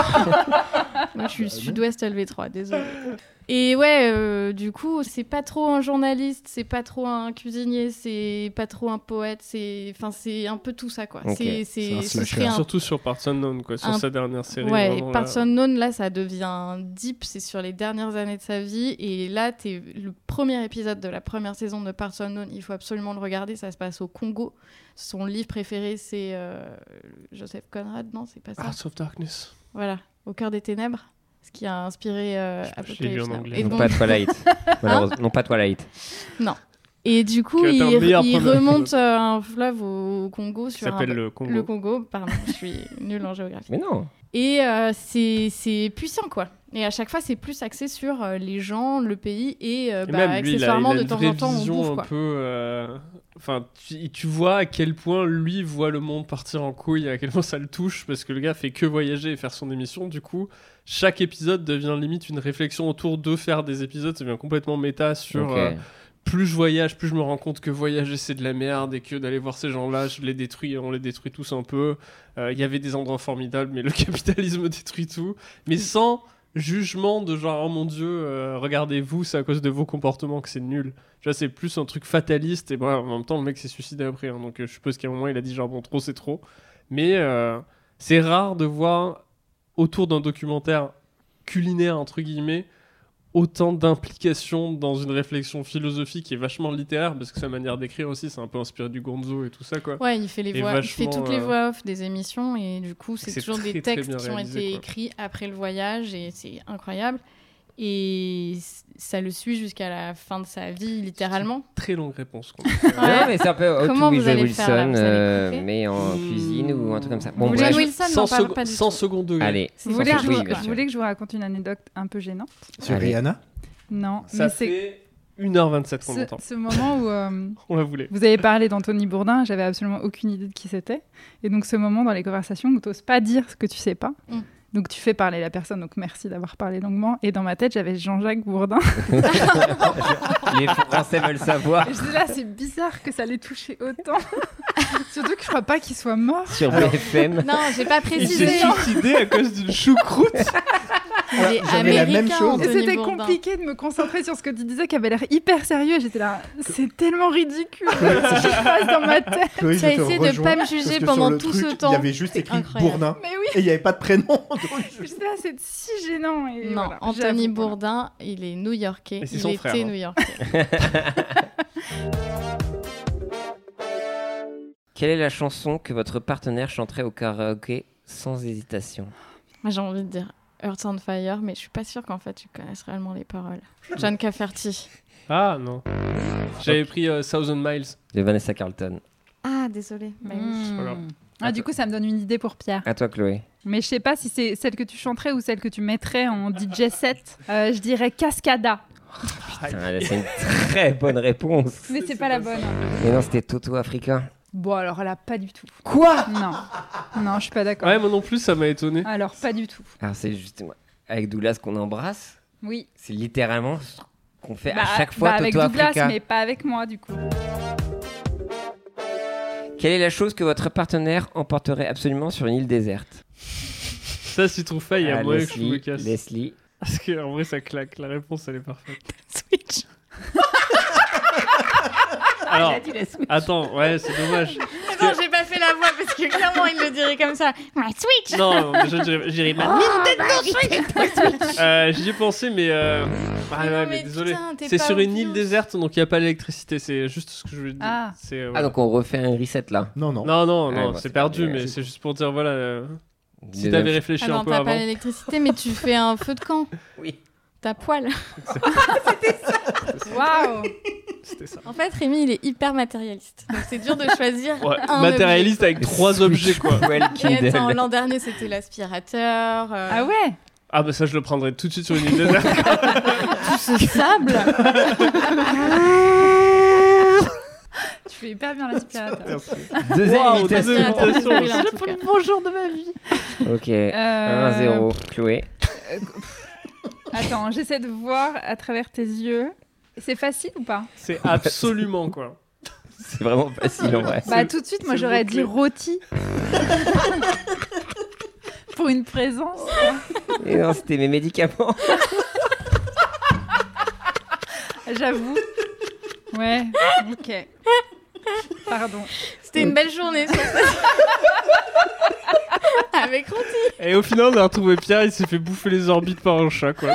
Moi, je suis sud-ouest L V trois, désolée. Et ouais, euh, du coup, c'est pas trop un journaliste, c'est pas trop un cuisinier, c'est pas trop un poète, c'est, enfin, c'est un peu tout ça, quoi. Ok. C'est, C'est c'est, un ce slasher. serait un... Surtout sur Parts Unknown, quoi, sur Un- sa dernière série. Ouais, vraiment, là. Parts Unknown, là, ça devient deep, c'est sur les dernières années de sa vie, et là, t'es le premier épisode de la première saison de Parts Unknown, il faut absolument le regarder, ça se passe au Congo. Son livre préféré, c'est euh, Joseph Conrad, non, c'est pas ça. Hearts of Darkness. Voilà, Au cœur des ténèbres, ce qui a inspiré euh, Je l'ai lu en Apocalypse Now. anglais. Et Non donc- pas Twilight. Malheureusement. Non pas Twilight. Et du coup, Qui a été un il, meilleur il premier remonte épisode. euh, un fleuve au Congo Qui sur un... s'appelle le Congo. Le Congo, pardon, je suis nulle en géographie. Mais non. Et euh, c'est, c'est puissant, quoi. Et à chaque fois, c'est plus axé sur euh, les gens, le pays, et, euh, Et bah, même lui, il a, accessoirement, il a de une temps vraie en temps, on vision bouffe, un quoi. peu. euh, Enfin, tu, tu vois à quel point lui voit le monde partir en couille, à quel point ça le touche, parce que le gars fait que voyager et faire son émission. Du coup, chaque épisode devient limite une réflexion autour de faire des épisodes. Ça devient complètement méta sur. Ok. euh, plus je voyage, plus je me rends compte que voyager c'est de la merde et que d'aller voir ces gens-là, je les détruis, on les détruit tous un peu. Euh, Il y avait des endroits formidables, mais le capitalisme détruit tout. Mais sans jugement de genre, oh mon dieu, euh, regardez-vous, c'est à cause de vos comportements que c'est nul. Tu vois, c'est plus un truc fataliste. Et bon, en même temps, le mec s'est suicidé après. Hein, donc euh, je suppose qu'à un moment, il a dit genre, bon, trop c'est trop. Mais euh, c'est rare de voir autour d'un documentaire culinaire, entre guillemets, autant d'implication dans une réflexion philosophique qui est vachement littéraire, parce que sa manière d'écrire aussi, c'est un peu inspiré du Gonzo et tout ça, quoi. Ouais, il fait, les Et voix, il fait vachement, toutes les euh, voix off des émissions, et du coup, c'est c'est toujours très, des très textes bien qui ont réalisé, été quoi. écrits après le voyage, et c'est incroyable. Et c- ça le suit jusqu'à la fin de sa vie, littéralement. Très longue réponse. Quoi. Ouais. Non, mais c'est un peu How Comment to vous with allez Wilson, faire, là Vous allez euh, couper mais en Mmh. cuisine ou un truc comme ça. Vous Bon, voulez bref. Wilson sans Non, pas, second- pas du sans tout. second degré. Allez. Vous sans voulez, que je souci, vous, bien vous sûr. voulez que je vous raconte une anecdote un peu gênante? Sur Allez. Rihanna. Non, Ça mais c'est fait une heure vingt-sept qu'on ce, entend. ce moment où euh, On la voulait. vous avez parlé d'Anthony Bourdain, j'avais absolument aucune idée de qui c'était. Et donc ce moment dans les conversations où tu n'oses pas dire ce que tu sais pas. Mm. Donc tu fais parler la personne, donc merci d'avoir parlé longuement. Et dans ma tête, j'avais Jean-Jacques Bourdin. Les Français veulent savoir. Et je dis là, c'est bizarre que ça l'ait touché autant. Surtout que je crois pas qu'il soit mort. Sur B F M. Non, j'ai pas Il précisé. s'est suicidé à cause d'une choucroute. Il est j'avais la même américain, chose. Et Anthony c'était Bourdain. compliqué de me concentrer sur ce que tu disais qui avait l'air hyper sérieux. Et j'étais là, c'est tellement ridicule ce qui se passe dans ma tête. Chloé, Tu as je te essayé de rejoins, pas me parce juger que pendant sur le tout truc, ce temps. Il y avait juste C'est écrit incroyable. Bourdin Mais oui, et il n'y avait pas de prénom. donc je- j'étais là, c'est si gênant. Et Non, voilà, Anthony j'avoue, voilà. Bourdain, il est new-yorkais. Et c'est Il son était frère, hein. new-yorkais. Quelle est la chanson que votre partenaire chanterait au karaoké sans hésitation? Moi, j'ai envie de dire Earth on Fire, mais je suis pas sûre qu'en fait tu connaisses réellement les paroles. John Cafferty. Ah non. J'avais pris euh, Thousand Miles. De Vanessa Carlton. Ah, désolée. Bah oui. Mmh. Voilà. Ah, du coup, ça me donne une idée pour Pierre. À toi, Chloé. Mais je sais pas si c'est celle que tu chanterais ou celle que tu mettrais en D J set. Euh, je dirais Cascada. Putain, c'est une très bonne réponse. Mais c'est pas la bonne. Mais non, c'était Toto Africa. Bon, alors là, pas du tout. Quoi? Non. Non, je suis pas d'accord. Ouais, moi non plus, ça m'a étonné. Alors, pas du tout. Alors, c'est justement avec Douglas qu'on embrasse. Oui. C'est littéralement ce qu'on fait Bah, à chaque fois bah, avec Toto Douglas, Africa. mais pas avec moi, du coup. Quelle est la chose que votre partenaire emporterait absolument sur une île déserte? Ça, si tu trouves pas, il y a Ah, moyen que je me Leslie, casse. Leslie. Parce qu'en vrai, ça claque. La réponse, elle est parfaite. Switch. Alors, attends, ouais, c'est dommage. Non, j'ai pas fait la voix parce que clairement il le dirait comme ça. My Switch. Non, je dirais- je dirais pas. Euh, J'y ai pensé, mais. Euh... Ah Mais non, ouais, mais mais désolé. putain, t'es C'est pas sur une obvious. île déserte, donc il n'y a pas l'électricité. C'est juste ce que je veux dire. Ah. C'est, euh, Ah, voilà. donc on refait un reset là. Non, non. Non, non, Ouais, non, bah, c'est c'est perdu, perdu, mais ouais. c'est juste pour dire, voilà. euh, Si Désolé. t'avais réfléchi Ah un non, peu t'as avant. pas l'électricité, mais tu fais un feu de camp. Oui. Ta poêle. Waouh. C'était ça. En fait, Rémi, il est hyper matérialiste. Donc c'est dur de choisir Ouais, un matérialiste avec trois objets, quoi. Well, objet. Et attends, Kindle. l'an dernier, c'était l'aspirateur. euh, Ah ouais. Ah, bah ça, je le prendrais tout de suite sur une île déserte. Tout ce sable. Tu fais hyper bien l'aspirateur. Deuxième Waouh, imitation. deuxième imitation. Celui-là, en tout cas. Bonjour de ma vie. Ok. Euh, un zéro. Chloé. Attends, j'essaie de voir à travers tes yeux. C'est facile ou pas? C'est absolument, quoi. C'est vraiment facile en vrai. Bah tout de suite, moi c'est j'aurais le dit mot-clé. rôti. Pour une présence. Et non, c'était mes médicaments. J'avoue. Ouais, ok. Pardon. C'était une belle journée sur ça. Avec Ronti. Et au final, on a retrouvé Pierre, il s'est fait bouffer les orbites par un chat, quoi.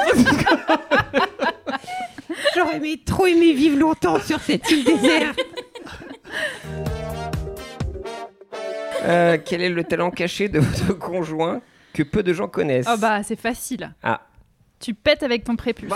J'aurais aimé, trop aimé vivre longtemps sur cette île déserte. Euh, quel est le talent caché de votre conjoint que peu de gens connaissent? Oh bah c'est facile. Ah. Tu pètes avec ton prépuce.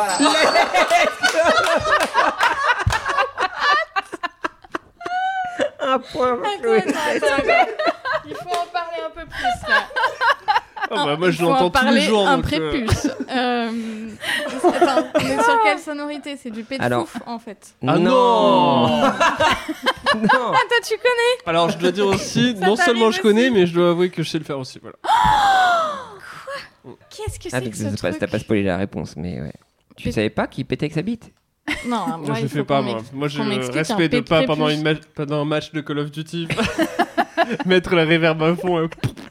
Un point pour Attends, Chloé. attends, attends, attends. Il faut en parler un peu plus là. Ah bah, moi, Il je faut l'entends en tous les parler jours. un donc, euh, prépuce. Euh, Attends, on est sur quelle sonorité? C'est du pet de Alors. fouf en fait. Ah non. Non. Ah toi tu connais? Alors, je dois dire aussi, Ça non t'arrive seulement je aussi. connais, mais je dois avouer que je sais le faire aussi. Voilà. Qu'est-ce que Ah, c'est donc que ça, ce c'est pas- truc? t'as pas spoilé la réponse, mais ouais. Tu Mais- savais pas qu'il pétait avec sa bite? Non, moi, Moi, je il le faut fais pas, qu'on moi. m'ex- Moi, je qu'on m'explique un respecte pet de pas pendant, prépuce. une ma- pendant un match de Call of Duty. Mettre la reverb à fond. euh,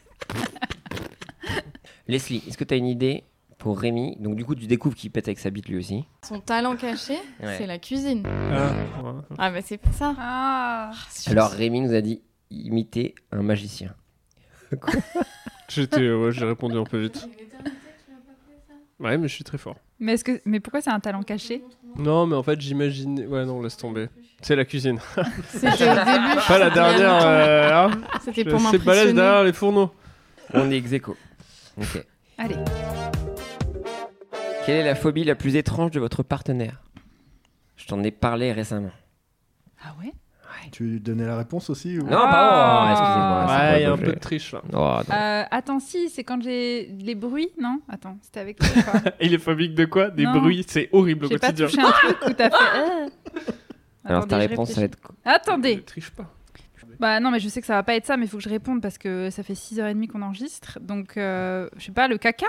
Leslie, est-ce que t'as une idée pour Rémi? Donc du coup, tu découvres qu'il pète avec sa bite lui aussi. Son talent caché, Ouais. c'est la cuisine. Ah, ouais. Ah bah c'est pas ça. Ah. Alors Rémi nous a dit imiter un magicien. J'étais, ouais, j'ai répondu un peu vite. Ouais, mais je suis très fort. Mais, est-ce que... Mais pourquoi c'est un talent caché? Non, mais en fait, j'imagine. Ouais, non, laisse tomber. C'est la cuisine. C'était au début. Pas la il y a dernière. longtemps. euh, hein. C'était Je pour sais balèze m'impressionner. derrière les fourneaux. On est ex aequo. Ok. Allez. Quelle est la phobie la plus étrange de votre partenaire? Je t'en ai parlé récemment. Ah ouais? Tu veux donner la réponse aussi ou... Non, pardon, excusez-moi. c'est Ouais, pas il y a un beau peu jeu. de triche là. Oh, non. Euh, attends, si, c'est quand j'ai les bruits, non? Attends, c'était avec toi ou pas? Et il est phobique de quoi? Des Non. bruits, c'est horrible au J'ai pas quotidien. touché un truc où t'as fait... euh. Alors ta Attendez, je réponse, ça va réfléchis. être... Ne Attendez. triche pas. Bah non, mais je sais que ça va pas être ça, mais il faut que je réponde parce que ça fait six heures trente qu'on enregistre. Donc, euh, je sais pas, le caca.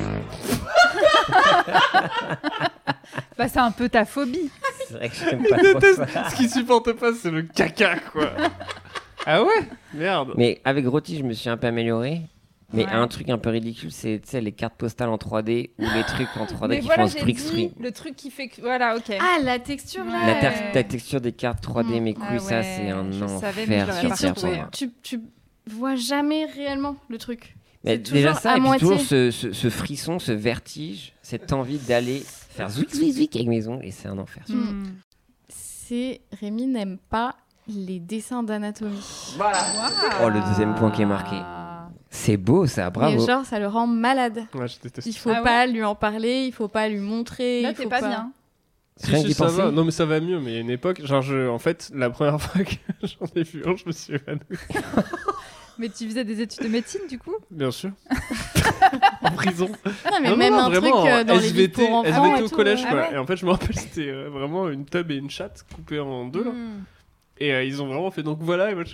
Bah c'est un peu ta phobie. C'est vrai que j'aime pas Je trop déteste. ça. Ce qu'il supporte pas, c'est le caca, quoi. Ah ouais? Merde. Mais avec Roti, je me suis un peu amélioré. Mais Ouais. un truc un peu ridicule, c'est tu sais, les cartes postales en trois D ou les trucs en trois D Mais qui voilà, font j'ai sprig dit sprig. le truc qui fait que... Voilà, ok. Ah la texture là. La, Ouais. ter- la texture des cartes trois D, mes couilles, Ah ça ouais, c'est un je enfer savais, mais je l'aurais sur pas Terre pour retrouvé. moi. Tu, tu vois jamais réellement le truc. Mais C'est déjà toujours ça, à et puis moitié. toujours ce, ce, ce frisson, ce vertige, cette envie d'aller faire zouik zouik zouik avec mes ongles, et c'est un enfer. Hmm. C'est Rémi n'aime pas Les dessins d'anatomie. Oh, le deuxième point qui est marqué. C'est beau ça, bravo. Et genre, ça le rend malade. Ouais, je déteste. Il faut Ah ouais pas lui en parler, il faut pas lui montrer. Là, il t'es faut pas bien. Si, Rien si, d'y ça penser. va. Non, mais ça va mieux. Mais il y a une époque, genre, je, en fait, la première fois que j'en ai vu un, je me suis évanoui. Mais tu faisais des études de médecine, du coup? Bien sûr. En prison. Non, mais Non, même non, un vraiment, truc euh, dans en les livres pour enfants S V T et au tout, collège, ouais. quoi. Ah ouais. Et en fait, je me rappelle, c'était euh, vraiment une tub et une chatte coupées en deux, là. Hmm. Et euh, ils ont vraiment fait donc voilà. Et, moi, je...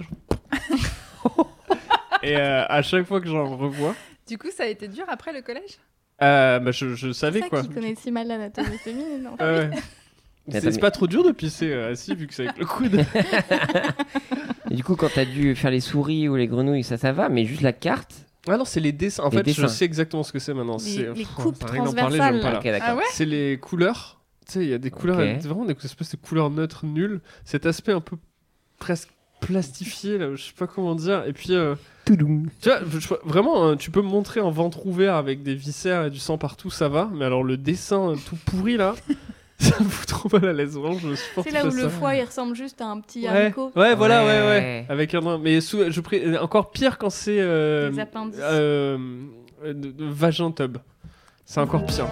et euh, à chaque fois que j'en revois, Du coup, ça a été dur après le collège? euh, bah, je, je C'est savais ça quoi. qui connaît si mal l'anatomie féminine. en fait. Ouais, ouais. Mais C'est attends, c'est pas trop dur de pisser euh, assis vu que c'est avec le coude. Et du coup, quand t'as dû faire les souris ou les grenouilles, ça, ça va, mais juste la carte. Ah non, c'est les dessins. En Les fait, dessins. je sais exactement ce que c'est maintenant. Les- C'est les oh, coupes ça a rien d'en parler, transversales, j'aime pas, là. Ok, d'accord. Ah ouais? C'est les couleurs. Tu sais, il y a des couleurs, Ok. vraiment des espèces de couleurs neutres nulles. Cet aspect un peu presque plastifié, là, je sais pas comment dire. Et puis, euh, Toudoum. tu vois, je- vraiment, euh, tu peux me montrer un ventre ouvert avec des viscères et du sang partout, ça va. Mais alors, le dessin euh, tout pourri, là, ça me fout trop mal à l'aise. Vraiment, je supporte C'est là pas où ça. le foie il ressemble juste à un petit Ouais, haricot. ouais, voilà, ouais, Ouais. ouais. Avec un. Mais sous, je pré- encore pire quand c'est. euh, Des appendices. euh, de, de vagin tub. C'est encore pire.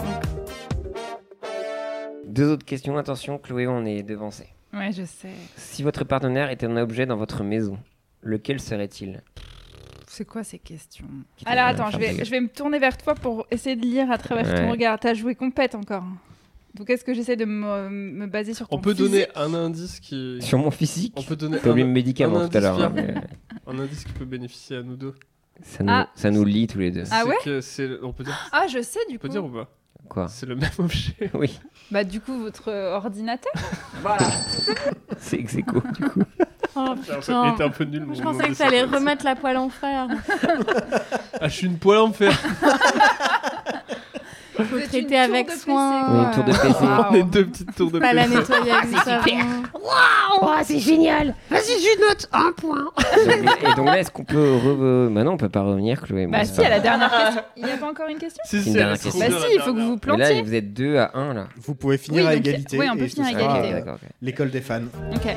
Deux autres questions, attention, Chloé, on est devancé. Ouais, je sais. Si votre partenaire était un objet dans votre maison, lequel serait-il? C'est quoi ces questions? Putain, Alors on va attends, faire je ta vais, gueule. je vais me tourner vers toi pour essayer de lire à travers Ouais. ton regard. T'as joué compète encore. Donc est-ce que j'essaie de me, me baser sur ton On peut physique? donner un indice qui. Sur mon physique. On peut donner T'as oublié un, le médicament un tout à l'heure. indice hein, mais un indice qui peut bénéficier à nous deux. ça, nous, Ah. ça nous lie tous les deux. Ah C'est ouais que c'est, on peut dire, Ah, je sais du on peut coup. dire ou pas? Quoi? C'est le même objet. Oui, Bah du coup, votre euh, ordinateur? c'est ex aequo, du coup. Oh Il putain. était un peu nul. Moi, mon- je mon pensais que dessin. ça allait remettre la poêle en fer. Ah, je suis une poêle en fer. Faut C'est une traiter tour avec de P C, soin. quoi. Oui, une tour de P C. Waouh. On est deux petites tours de Pas la P C. nettoyer avec du savon. Oh, c'est génial. Vas-y, je note un point. Donc- et donc là, est-ce qu'on peut. Re... Bah non, on peut pas revenir, Chloé. Bah Bon, si, c'est à pas la grave. dernière question. Il n'y a pas encore une question? Si, Une si, dernière elle est trop question. Bah bien, si, la il faut que dernière. vous Mais là, plantiez. vous êtes deux à un là. Vous pouvez finir Oui, à donc, égalité. oui, on peut et finir ce à sera, égalité. euh, d'accord, ok. L'école des fans. Ok.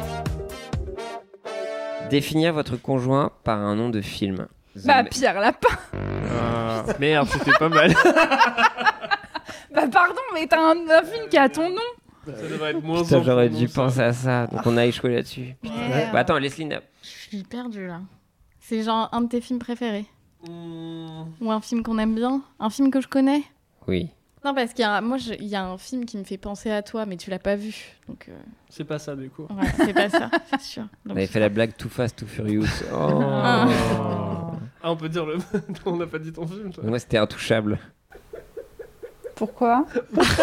Définir votre conjoint par un nom de film. Bah The- Pierre Lapin. Ah, merde, c'était pas mal. Bah pardon, mais t'as un, un film qui a ton nom. Ça devrait être moins Putain, en j'aurais pour dû nous, ça. penser à ça. Donc on a échoué là-dessus. Merde. Bah attends, Leslie n'a- Je suis perdue là. C'est genre un de tes films préférés? Hmm. Ou un film qu'on aime bien? Un film que je connais? Oui. Non, parce qu'il y a, moi, je- il y a un film qui me fait penser à toi, mais tu l'as pas vu. Donc, euh, C'est pas ça, du coup. voilà, c'est pas ça, c'est sûr. On Donc, avait fait la blague Too Fast, Too Furious. Oh. Ah. Ah, on peut dire le. On n'a pas dit ton film, toi. Moi, c'était intouchable. Pourquoi?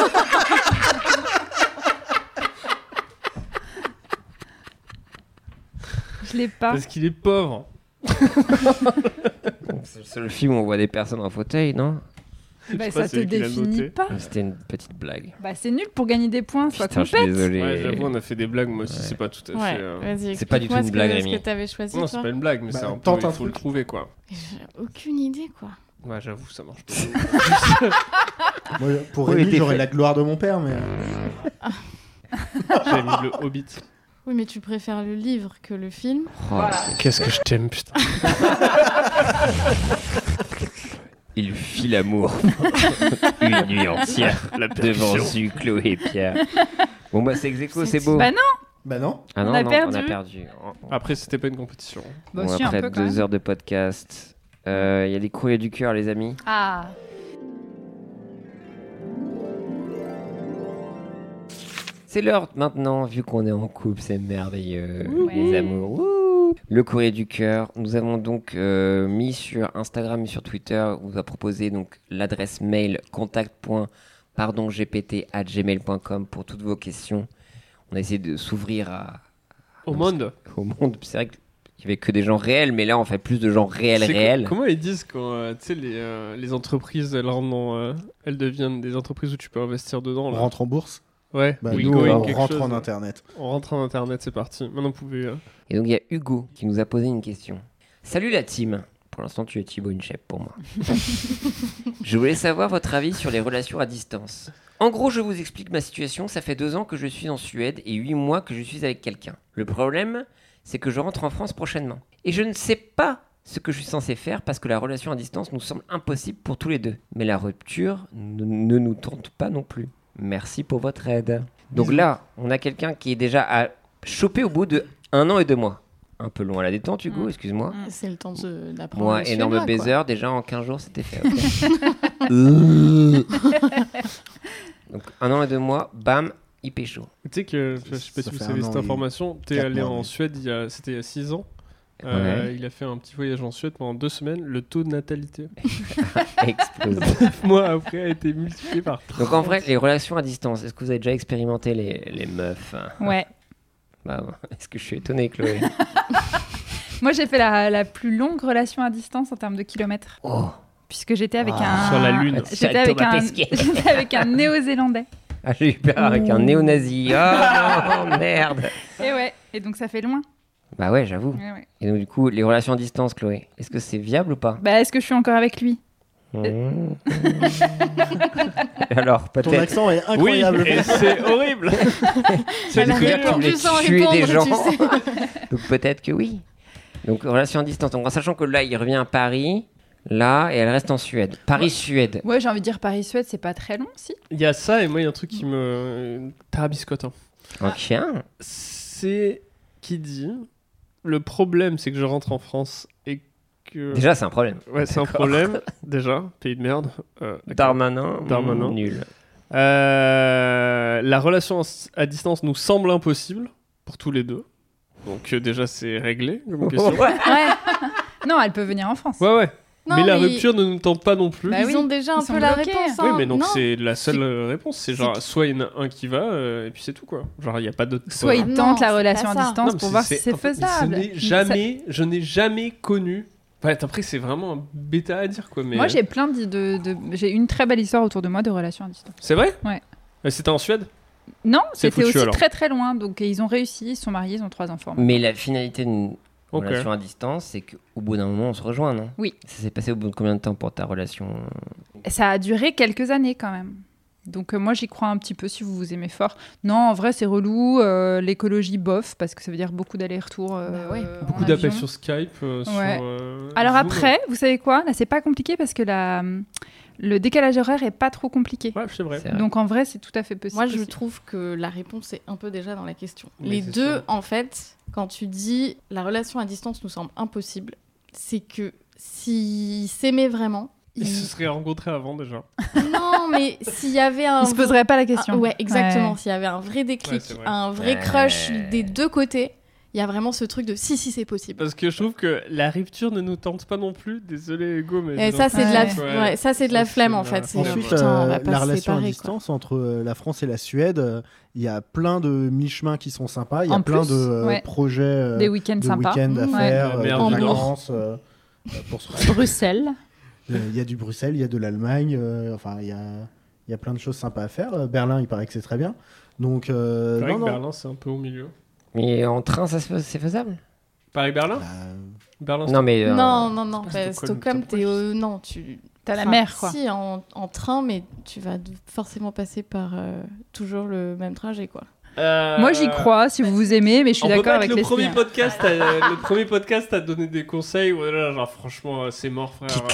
Je l'ai pas. Parce qu'il est pauvre. C'est le seul film où on voit des personnes en fauteuil, non? Bah, sais pas, ça c'est te lui qui l'a définit noté. pas. C'était une petite blague. Bah c'est nul pour gagner des points, sois Putain, je suis compète. désolé. Ouais, j'avoue, on a fait des blagues, moi aussi, Ouais. c'est pas tout à ouais, fait. euh, vas-y, C'est pas du tout explique-moi une ce blague, que- Rémi. ce que t'avais choisi, Non, toi. c'est pas une blague, mais Bah, c'est un peu. tente Il un faut le truc. trouver, quoi. J'ai aucune idée, quoi. Ouais, j'avoue, ça marche pas. Moi, pour Oui, Rémi, t'es j'aurais fait. la gloire de mon père, mais. J'avais mis le Hobbit. Oui, mais tu préfères le livre que le film. Oh, Qu'est-ce que je t'aime, putain. il fit l'amour. Une nuit entière. La Devant su Chloé et Pierre. Bon, bah, c'est ex aequo, c'est beau. Bah non. Bah non. Ah non, On a non, perdu. on a perdu. Après, c'était pas une compétition. Bah Bon, si, un après peu quand deux même. heures de podcast, euh, il y a des courriers du cœur, les amis. Ah. C'est l'heure maintenant, vu qu'on est en couple, c'est merveilleux, Ouais. les amours. Wouh. Le courrier du cœur. Nous avons donc euh, mis sur Instagram et sur Twitter, on vous a proposé donc l'adresse mail contact point pardon g p t arobase gmail point com pour toutes vos questions. On a essayé de s'ouvrir à, Au monde. au monde. C'est vrai qu'il y avait que des gens réels, mais là on fait plus de gens réels C'est co- réels. Comment ils disent quand euh, tu sais, les, euh, les entreprises, elles, rendent en, euh, elles deviennent des entreprises où tu peux investir dedans On là. rentre en bourse. Ouais, Bah, we nous, going, on quelque rentre chose. en internet. On rentre en internet, c'est parti. Maintenant, vous pouvez. euh, Et donc il y a Hugo qui nous a posé une question. Salut la team. Pour l'instant, tu es Thibaut Inchep pour moi. Je voulais savoir votre avis sur les relations à distance. En gros, je vous explique ma situation. Ça fait deux ans que je suis en Suède et huit mois que je suis avec quelqu'un. Le problème, c'est que je rentre en France prochainement. Et je ne sais pas ce que je suis censé faire parce que la relation à distance nous semble impossible pour tous les deux. Mais la rupture ne, ne nous tente pas non plus. Merci pour votre aide. Donc Bisous. là, on a quelqu'un qui est déjà à choper au bout de un an et deux mois. Un peu long à la détente, Hugo, Mm. excuse-moi. Mm. C'est le temps de- d'apprendre. Moi, le énorme suédois, quoi. baiser, déjà en quinze jours, c'était fait. ok. Euh. Donc, un an et deux mois, bam, il pécho. Tu sais que, je sais pas Ça si vous fait savez un cette an et information, t'es quatre allé mois, en mais- Suède, il y a- c'était il y a six ans. Euh, Ouais. Il a fait un petit voyage en Suède pendant deux semaines. Le taux de natalité, Explose. neuf mois après, a été multiplié par trente. Donc, en vrai, les relations à distance, est-ce que vous avez déjà expérimenté les, les meufs hein Ouais. Bah, est-ce que je suis étonné, Chloé? Moi, j'ai fait la, la plus longue relation à distance en termes de kilomètres. Oh. Puisque j'étais avec Ah. un. Sur la Lune. J'étais avec, Thomas un... Pesquet. j'étais avec un néo-zélandais. Ah, j'ai eu peur avec un néo-nazi. Oh non, merde. Et ouais. Et donc, ça fait loin. Bah ouais, j'avoue. Ouais, ouais. Et donc, du coup, les relations à distance, Chloé, est-ce que c'est viable ou pas? Bah, est-ce que je suis encore avec lui? Mmh. Alors, Ton peut-être. accent est Oui, incroyable. et c'est horrible. C'est Elle dire avait que tu voulais répondu sans tuer des répondre, gens. tu sais. Donc peut-être que oui. Donc relation à distance. Donc en sachant que là, il revient à Paris, là, et elle reste en Suède. Paris-Suède. Ouais, j'ai envie de dire Paris-Suède, c'est pas très long, si. Il y a ça, et moi, il y a un truc qui me tarabiscote. hein. Ok. C'est qui dit le problème, c'est que je rentre en France et que. Déjà, c'est un problème. Ouais, c'est un D'accord. problème, déjà. Pays de merde. Euh, ok. Darmanin, Darmanin. mm, nul. Euh, la relation à distance nous semble impossible pour tous les deux. Donc, euh, déjà, c'est réglé comme question. Ouais. Ouais. Non, elle peut venir en France. Ouais, ouais. Non, mais la mais rupture ne nous tente pas non plus. Bah Ils oui, ont déjà un ils sont peu la bloqués. réponse. Oui, hein. mais donc Non. c'est la seule euh, réponse. C'est genre, c'est- soit il y en a un qui va, euh, et puis c'est tout, quoi. Genre, il n'y a pas d'autre. Soit ils Non, tentent la c'est relation pas à ça. distance Non, mais pour voir c'est- si c'est en fait, faisable. Je n'ai jamais, je n'ai jamais connu. Enfin, après, c'est vraiment un bêta à dire, quoi. Mais Moi, j'ai plein de, de, de- j'ai une très belle histoire autour de moi de relations à distance. C'est vrai. Ouais. Euh, C'était en Suède. Non, C'est c'était foutu, aussi alors. très très loin. Donc ils ont réussi, ils sont mariés, ils ont trois enfants. Mais la finalité d'une Ok. relation à distance, c'est qu'au bout d'un moment, on se rejoint, non? Oui. Ça s'est passé au bout de combien de temps pour ta relation? Ça a duré quelques années quand même. Donc euh, moi j'y crois un petit peu si vous vous aimez fort. Non, en vrai c'est relou, euh, l'écologie bof parce que ça veut dire beaucoup d'allers-retours. euh, Bah ouais. en Beaucoup avion. d'appels sur Skype. euh, Ouais. sur, euh, Alors Zoom. après, vous savez quoi? Là c'est pas compliqué parce que la, le décalage horaire est pas trop compliqué. Ouais, c'est vrai. C'est vrai. Donc en vrai c'est tout à fait possible. Moi, je aussi. trouve que la réponse est un peu déjà dans la question. Mais Les c'est deux, sûr. en fait, quand tu dis la relation à distance nous semble impossible, c'est que s'ils s'aimaient vraiment, Ils ils... se seraient rencontrés avant déjà. non, mais s'il y avait un Ils se poseraient pas la question. Ah, ouais, exactement. Ouais. S'il y avait un vrai Ouais, déclic, c'est vrai. un vrai Ouais. crush des deux côtés, il y a vraiment ce truc de si, si, c'est possible. Parce que je trouve que la rupture ne nous tente pas non plus. Désolé, Hugo, mais. Et j'ai ça, c'est de la, l'impression que- ouais, ça, c'est de la Ça, flemme c'est en de fait. la C'est flemme. Ensuite, putain, on euh, va pas la se relation à séparer, quoi. distance entre euh, la France et la Suède, euh, il y a plein de mi-chemins qui sont sympas. Il y a En plein plus, de euh, ouais. projets euh, Des week-ends de sympas. week-end à Ouais. faire, Ouais, euh, merde de du Nord. vacances. euh, euh, pour se- Bruxelles. Euh, Il y a du Bruxelles, il y a de l'Allemagne. euh, enfin, il y a, il y a plein de choses sympas à faire. Euh, Berlin, il paraît que c'est très bien. Donc, euh, C'est vrai non, que non. Berlin, c'est un peu au milieu. Mais en train, ça se fait- c'est faisable? Paris-Berlin Bah, Berlin, Non, mais. euh, Non, non, non. pas bah, Stockholm, Stockholm, t'as t'es pas au... Non, tu... T'as la Enfin, mer quoi. Si, en, en train, mais tu vas d- forcément passer par euh, toujours le même trajet, quoi. Euh, Moi j'y crois si vous vous aimez, mais je suis On peut d'accord pas être avec le les premier filles. podcast, à, le premier podcast à donner des conseils. Voilà, genre franchement, euh, c'est mort, frère.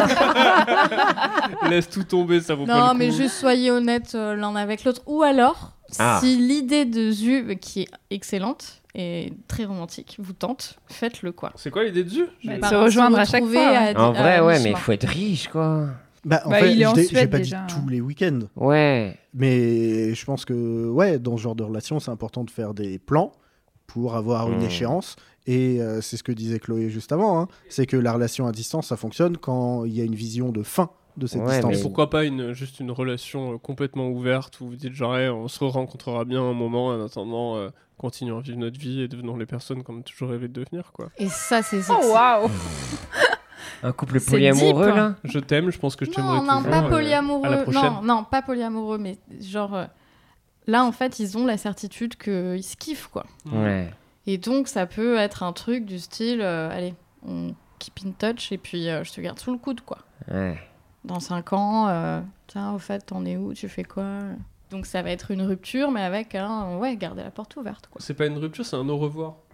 Laisse tout tomber, ça vaut pas Non, le mais coup. juste soyez honnêtes euh, l'un avec l'autre. Ou alors, Ah. si l'idée de Zu, qui est excellente et très romantique, vous tente, faites-le, quoi. C'est quoi l'idée de Zu Bah, J'ai- se rejoindre à chaque retrouver fois, à- ouais. En vrai, à ouais, mais il mi-chemin. faut être riche, quoi. bah, en Bah, fait, il est en je l'ai- j'ai Suède, pas déjà. dit tous les week-ends. Ouais. Mais je pense que, ouais, dans ce genre de relation, c'est important de faire des plans pour avoir une Mmh. échéance. Et euh, c'est ce que disait Chloé juste avant. hein, c'est que la relation à distance, ça fonctionne quand il y a une vision de fin de cette Ouais, distance. mais- Et pourquoi pas une, juste une relation euh, complètement ouverte où vous dites genre hey, on se rencontrera bien un moment en attendant euh, continuons à vivre notre vie et devenons les personnes qu'on a toujours rêvé de devenir quoi. Et ça, c'est sexy. Oh waouh. Un couple C'est polyamoureux, deep. là? Je t'aime, je pense que je t'aimerai Non, non, toujours. pas euh, polyamoureux. à la prochaine. non, non, pas polyamoureux, mais genre... euh, là, en fait, ils ont la certitude qu'ils se kiffent, quoi. Ouais. Et donc, ça peut être un truc du style, euh, allez, on keep in touch et puis euh, je te garde sous le coude, quoi. Ouais. Dans cinq ans, euh, tiens, au fait, t'en es où, tu fais quoi? Donc, ça va être une rupture, mais avec un, ouais, garder la porte ouverte, quoi. C'est pas une rupture, c'est un au revoir.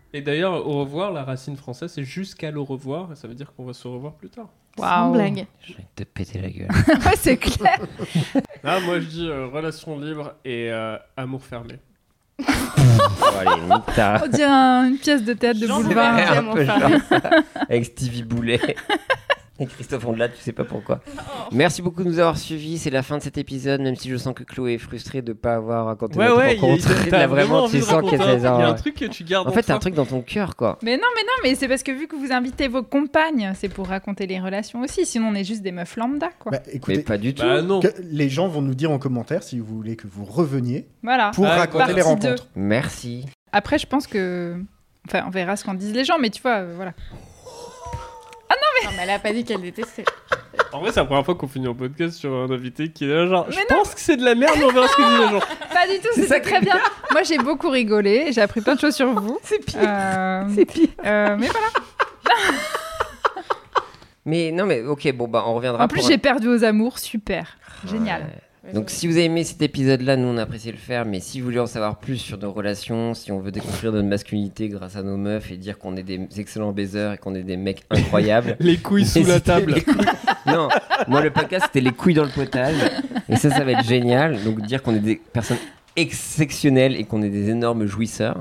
Et d'ailleurs, au revoir, la racine française, c'est jusqu'à le revoir, et ça veut dire qu'on va se revoir plus tard. Sans blague. Je vais te péter la gueule. Ouais, c'est clair. Ah, moi, je dis euh, relation libre et euh, amour fermé. Oh, allez, nique ta- On dirait un- une pièce de théâtre de J'en boulevard. sais un Amour peu fermé. genre ça, avec Stevie Boulet et Christophe Ondelat, tu sais pas pourquoi. Merci beaucoup de nous avoir suivis, c'est la fin de cet épisode, même si je sens que Chloé est frustrée de pas avoir raconté Ouais, notre ouais, il y a- rencontre. t'as Là, vraiment vraiment, envie tu de sens raconter qu'elle un- est Il y a un genre... truc que tu gardes En fait, t'as un enfin. truc dans ton cœur, quoi. Mais non, mais non, mais c'est parce que vu que vous invitez vos compagnes, c'est pour raconter les relations aussi. Sinon, on est juste des meufs lambda, quoi. Bah, Mais écoutez, pas du tout. Bah non. que les gens vont nous dire en commentaire si vous voulez que vous reveniez Voilà. pour Ah, raconter les partie deux. rencontres. Merci. Après, je pense que. Enfin, on verra ce qu'en disent les gens, mais tu vois, euh, voilà. Non, mais elle a pas dit qu'elle détestait. En vrai, c'est la première fois qu'on finit un podcast sur un invité qui est là, genre, je Mais non. pense que c'est de la merde, mais on verra ce que disent les gens. Pas du tout, C'est ça c'était très bien. Moi, j'ai beaucoup rigolé, j'ai appris plein de choses sur vous. C'est pire. Euh, C'est pire. euh, mais voilà. Mais non, mais ok, bon, bah on reviendra. En plus, pour- j'ai perdu aux amours, super. Génial. Ouais. Donc si vous avez aimé cet épisode-là, nous on a apprécié le faire, mais si vous voulez en savoir plus sur nos relations, si on veut découvrir notre masculinité grâce à nos meufs et dire qu'on est des excellents baiseurs et qu'on est des mecs incroyables... Les couilles sous la n'hésitez- table. les couilles- Non, moi le podcast c'était les couilles dans le potage, et ça ça va être génial, donc dire qu'on est des personnes exceptionnelles et qu'on est des énormes jouisseurs.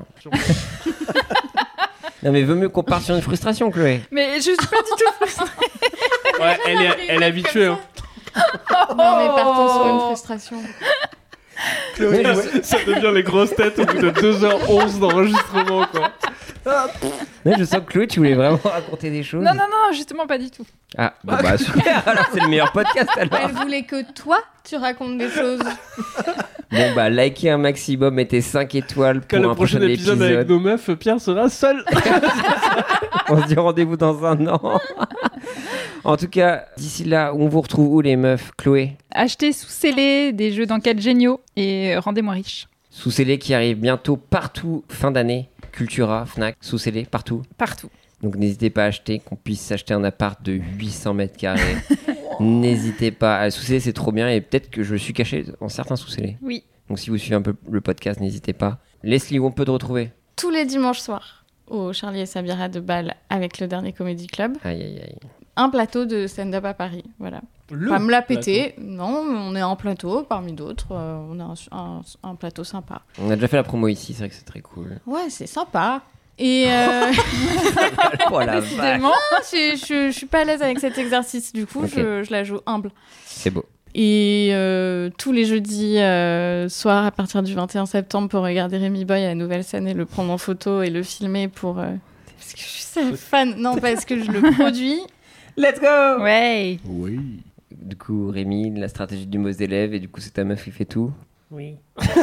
Non mais vaut mieux qu'on parte sur une frustration, Chloé. Mais je suis pas du tout frustrée. Ouais, elle est, elle est habituée. Hein. Non, mais partons sur une frustration. Chloé, Mais ouais. Ça, ça devient les grosses têtes au bout de deux heures onze d'enregistrement, quoi. Là, je sens que Chloé, tu voulais vraiment raconter des choses. Non, non, non, justement pas du tout. Ah, bon bah super, alors c'est le meilleur podcast alors. Elle voulait que toi, tu racontes des choses. Bon bah likez un maximum, mettez cinq étoiles pour Quand le un prochain prochain épisode épisode. avec nos meufs, Pierre sera seul. On se dit rendez-vous dans un an. En tout cas, d'ici là, on vous retrouve où les meufs? Chloé, Achetez sous scellé des jeux d'enquête géniaux et rendez-moi riche. sous scellé qui arrive bientôt partout fin d'année. Cultura, Fnac, sous scellé, partout. Partout. Donc n'hésitez pas à acheter, qu'on puisse s'acheter un appart de huit cents mètres carrés. N'hésitez pas. À... Sous scellé, c'est trop bien et peut-être que je suis caché en certains sous scellés. Oui. Donc si vous suivez un peu le podcast, n'hésitez pas. Leslie, où on peut te retrouver? Tous les dimanches soirs, au Charlie et Sabira de Bâle avec le dernier Comedy Club. Aïe aïe aïe. Un plateau de stand-up à Paris, voilà. Le Pas me la péter, non, mais on est en plateau parmi d'autres. euh, on a un, un- un plateau sympa. On a déjà fait la promo ici, c'est vrai que c'est très cool. Ouais, c'est sympa. Et euh, Oh la vache. Décidément. je, je, je suis pas à l'aise avec cet exercice, du coup, Ok. je, je la joue humble. C'est beau. Et euh, tous les jeudis euh, soirs, à partir du vingt et un septembre, pour regarder Rémi Boy à la nouvelle scène et le prendre en photo et le filmer pour. euh, Parce que je suis sa fan. Non, parce que je le produis. Let's go. Ouais. Oui. Du coup, Rémi, la stratégie du mot élève, et du coup, c'est ta meuf qui fait tout. Oui.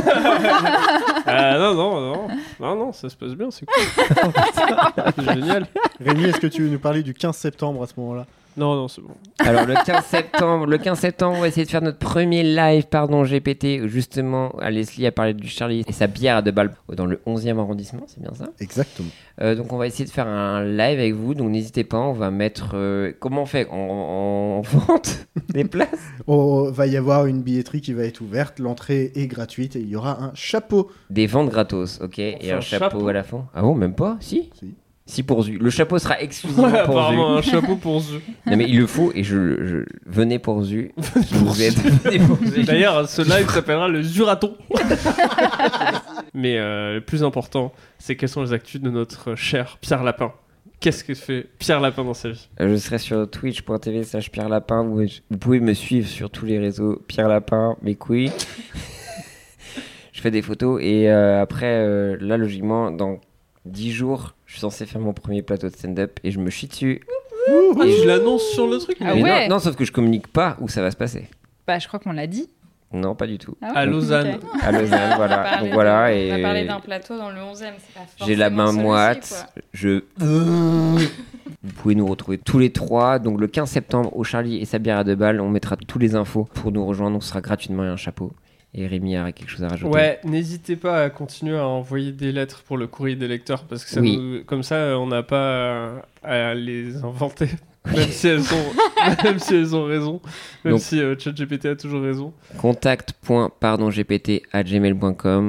Ah non, non, non. Non, non, ça se passe bien, c'est cool. Génial. Rémi, est-ce que tu veux nous parler du quinze septembre à ce moment-là? Non, non, c'est bon. Alors, le quinze septembre, le quinze septembre, on va essayer de faire notre premier live, pardon, G P T, où justement, Leslie a parlé du Charlie et sa bière à deux balles dans le onzième arrondissement, c'est bien ça? Exactement. Euh, donc, on va essayer de faire un live avec vous, donc n'hésitez pas, on va mettre. euh, comment on fait? En, en vente des places? Oh, va y avoir une billetterie qui va être ouverte, l'entrée est gratuite et il y aura un chapeau. Des ventes gratos, ok? Et fait un un chapeau, chapeau à la fin. Ah bon, même pas? Si? Si. Si pour Zu. Le chapeau sera exclusivement Ouais, pour Zu. apparemment, un chapeau pour Zu. Non mais il le faut et je, je... venez pour Zu. Je vous aide. Venez pour Zu. D'ailleurs, ce live s'appellera le Zuraton. Mais euh, le plus important, c'est quelles sont les actus de notre cher Pierre Lapin. Qu'est-ce que fait Pierre Lapin dans sa vie? Je serai sur twitch point t v slash Pierre Lapin. Vous, vous pouvez me suivre sur tous les réseaux. Pierre Lapin, mes couilles. Je fais des photos et euh, après, euh, là logiquement, dans dix jours, je suis censé faire mon premier plateau de stand-up et je me chie dessus. Ah, je l'annonce sur le truc. Ah Mais ouais. non, non, sauf que je communique pas où ça va se passer. Bah, je crois qu'on l'a dit. Non, pas du tout. Ah ouais, À Lausanne. ok. À Lausanne, voilà. Donc voilà. On a parlé Et d'un plateau dans le onzième, c'est pas j'ai la main forcément moite. celui-ci, quoi. Je. Vous pouvez nous retrouver tous les trois. Donc le quinze septembre, au Charlie et sa bière à deux balles, on mettra tous les infos pour nous rejoindre. Donc ce sera gratuitement et un chapeau. Et Rémi a quelque chose à rajouter. Ouais, n'hésitez pas à continuer à envoyer des lettres pour le courrier des lecteurs parce que ça Oui. nous- comme ça, on n'a pas à, à les inventer. Même si elles ont, même si elles ont raison, même Donc- si euh, ChatGPT a toujours raison. contact point pardon g p t arobase gmail point com.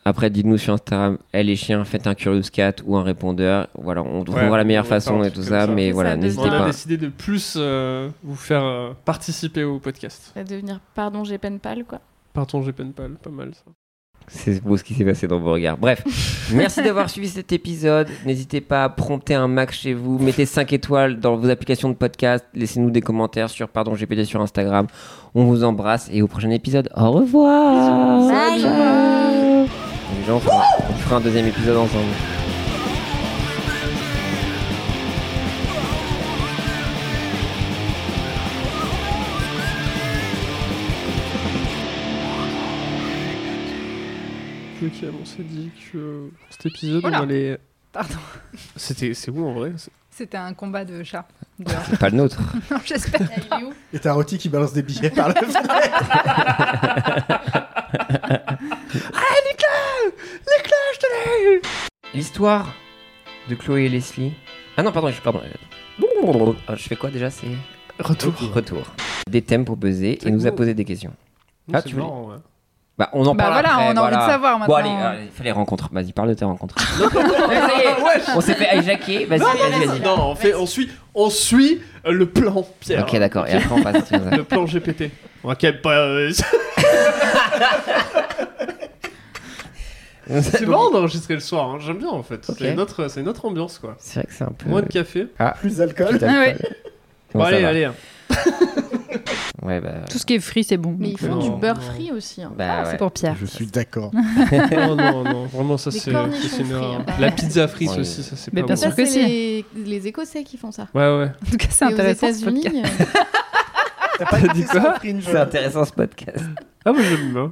Après, dites-nous sur Instagram, elle les chiens, faites un Curious Cat ou un répondeur. Voilà, on trouvera Ouais, la meilleure on va façon faire un et truc tout comme ça, ça. mais Ça voilà, devient- n'hésitez On a pas. décidé de plus euh, vous faire euh, participer au podcast. Ça va devenir pardon, j'ai peine pâle, quoi. Pardon, j'ai peine pâle, pas mal ça. C'est beau ce qui s'est passé dans vos regards. Bref, merci d'avoir suivi cet épisode. N'hésitez pas à prompter un max chez vous. Mettez cinq étoiles dans vos applications de podcast. Laissez-nous des commentaires sur Pardon G P T sur Instagram. On vous embrasse et au prochain épisode. Au revoir. Bye. Les gens, on fera, on fera un deuxième épisode ensemble. Ok, on s'est dit que euh, pour cet épisode, Oula. on allait. Pardon. C'était, c'est où en vrai? C'est- C'était un combat de chat. dehors. C'est pas le nôtre. non, j'espère. Il est où? Et t'as Roti qui balance des billets par la fenêtre. L'histoire de Chloé et Leslie. Ah non, pardon, je, pardon. Ah, je fais quoi déjà? C'est Retour. retour. Des thèmes pour buzzer et C'est nous a cool. posé des questions. Non, Ah, c'est tu veux- marrant, ouais. Bah, on en Bah parle voilà, après, on a envie voilà. de savoir Bon, maintenant. allez, allez, fais les rencontres. Vas-y, parle de tes rencontres. Ça y est, on s'est fait hijacker. Vas-y, Non, non, vas-y, non, vas-y. non, on, fait, on suit, on suit euh, le plan, Pierre. Ok, d'accord. Et après, on passe. tu vois. Le plan G P T. On va quand même pas. euh, C'est marrant d'enregistrer le soir, hein. J'aime bien en fait. Ok. C'est une autre, c'est une autre ambiance quoi. C'est vrai que c'est un peu. Moins de café. Plus d'alcool. Putain, Ah ouais. Comment Bon, ça allez, va allez. hein. Ouais, bah. Tout ce qui est free, c'est bon. Mais il donc, faut euh, Non, du beurre non. frit aussi. Hein. Bah, C'est ouais. pour Pierre. Je suis d'accord. Non, non, non. Vraiment, ça Des c'est cornichons ça, c'est une frits, erreur. apparemment. La pizza frite Oui. aussi, ça c'est Mais pas bien bon. sûr Ça, que c'est si. les... les Écossais qui font ça. Ouais, ouais. En tout cas, c'est Et aux intéressant. ce États-Unis, podcast. euh, T'as pas T'as dit écouté ça quoi au Fringe? C'est intéressant ce podcast. Ah, moi j'aime bien.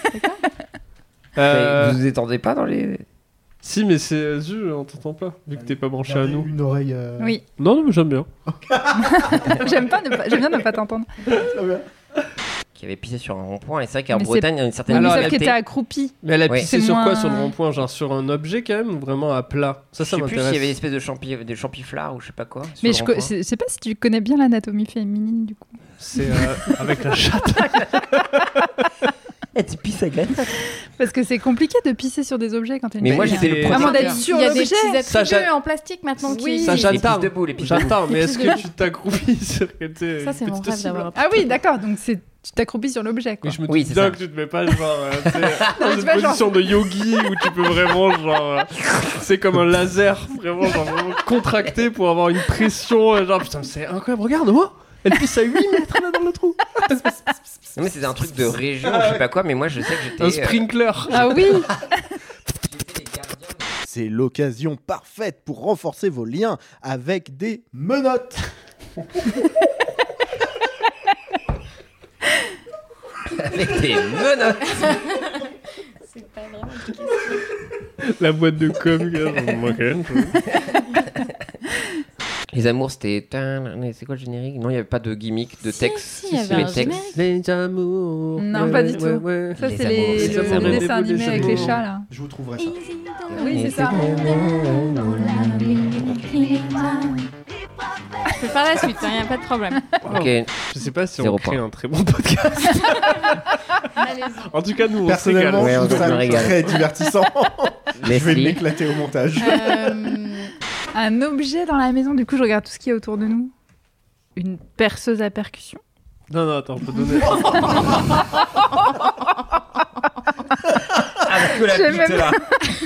Euh, Vous vous étendez pas dans les. Si, mais c'est Zu, on t'entend pas, vu que t'es pas branché à Gardez nous. Une oreille. euh, Oui, Non, non, mais j'aime bien. j'aime pas, ne pas, j'aime bien ne pas t'entendre. très bien. Qui avait pissé sur un rond-point. Et c'est vrai qu'en Mais c'est- Bretagne, il y a une certaine. Oui, mais Alors, celle elle qui localité. était accroupie. Mais elle a Ouais. pissé C'est sur quoi moins- sur le rond-point? Genre sur un objet quand même ou vraiment à plat? Ça, Je ça sais plus s'il y m'intéresse. avait une espèce de, champi... de champiflard ou je sais pas quoi. sur Mais le je co- rond-point. sais sais pas si tu connais bien l'anatomie féminine du coup. C'est euh, avec la chatte. Eh, tu pisses à glace. Parce que c'est compliqué de pisser sur des objets quand t'es une Mais moi, fille, j'étais hein. le Vraiment protecteur. d'être sur Il y a des l'objet. petits Ça, attributs j'a- en plastique maintenant Oui. qui. Ça, Les j'attends. pistes debout, les pistes debout. J'attends, mais Les est-ce pistes que de- tu t'accroupis sur que t'es Ça, c'est une mon petite rêve d'avoir. Ah oui, d'accord, donc c'est tu t'accroupis sur l'objet quoi. Mais je me Oui, dis c'est bien ça. que tu te mets pas genre euh, tu sais, dans mais une tu vois, genre- position de yogi où tu peux vraiment genre euh, c'est comme un laser vraiment genre vraiment contracté pour avoir une pression euh, genre putain c'est incroyable regarde moi elle pisse à huit mètres là dans le trou Non, mais c'est un truc de région, je sais pas quoi, mais moi je sais que j'étais. un euh, sprinkler. Ah oui. C'est l'occasion parfaite pour renforcer vos liens avec des menottes. Avec des menottes. C'est pas vraiment une question. La boîte de com gars, ok. Les amours, c'était. C'est quoi le générique? Non, il n'y avait pas de gimmick, de Si, texte. si, il y avait mais un texte. Les amours. Non, pas du tout. Ça Les c'est amours, les, les le, amours, le les dessin amours, animé les avec les amours. chats là. Je vous trouverai ça. Oui, c'est ça. Je peux faire la suite, il n'y a pas de problème. Ok, Je sais pas si Zéro on crée point. un très bon podcast. Allez-y. En tout cas, nous on se Personnellement, régale. Ouais, on je trouve se ça régale. très divertissant. Je vais Leslie. m'éclater au montage. Euh, Un objet dans la maison, du coup je regarde tout ce qui est autour de nous. Une perceuse à percussion. Non, non, attends, on peut donner. Avec que la J'ai bite même- là.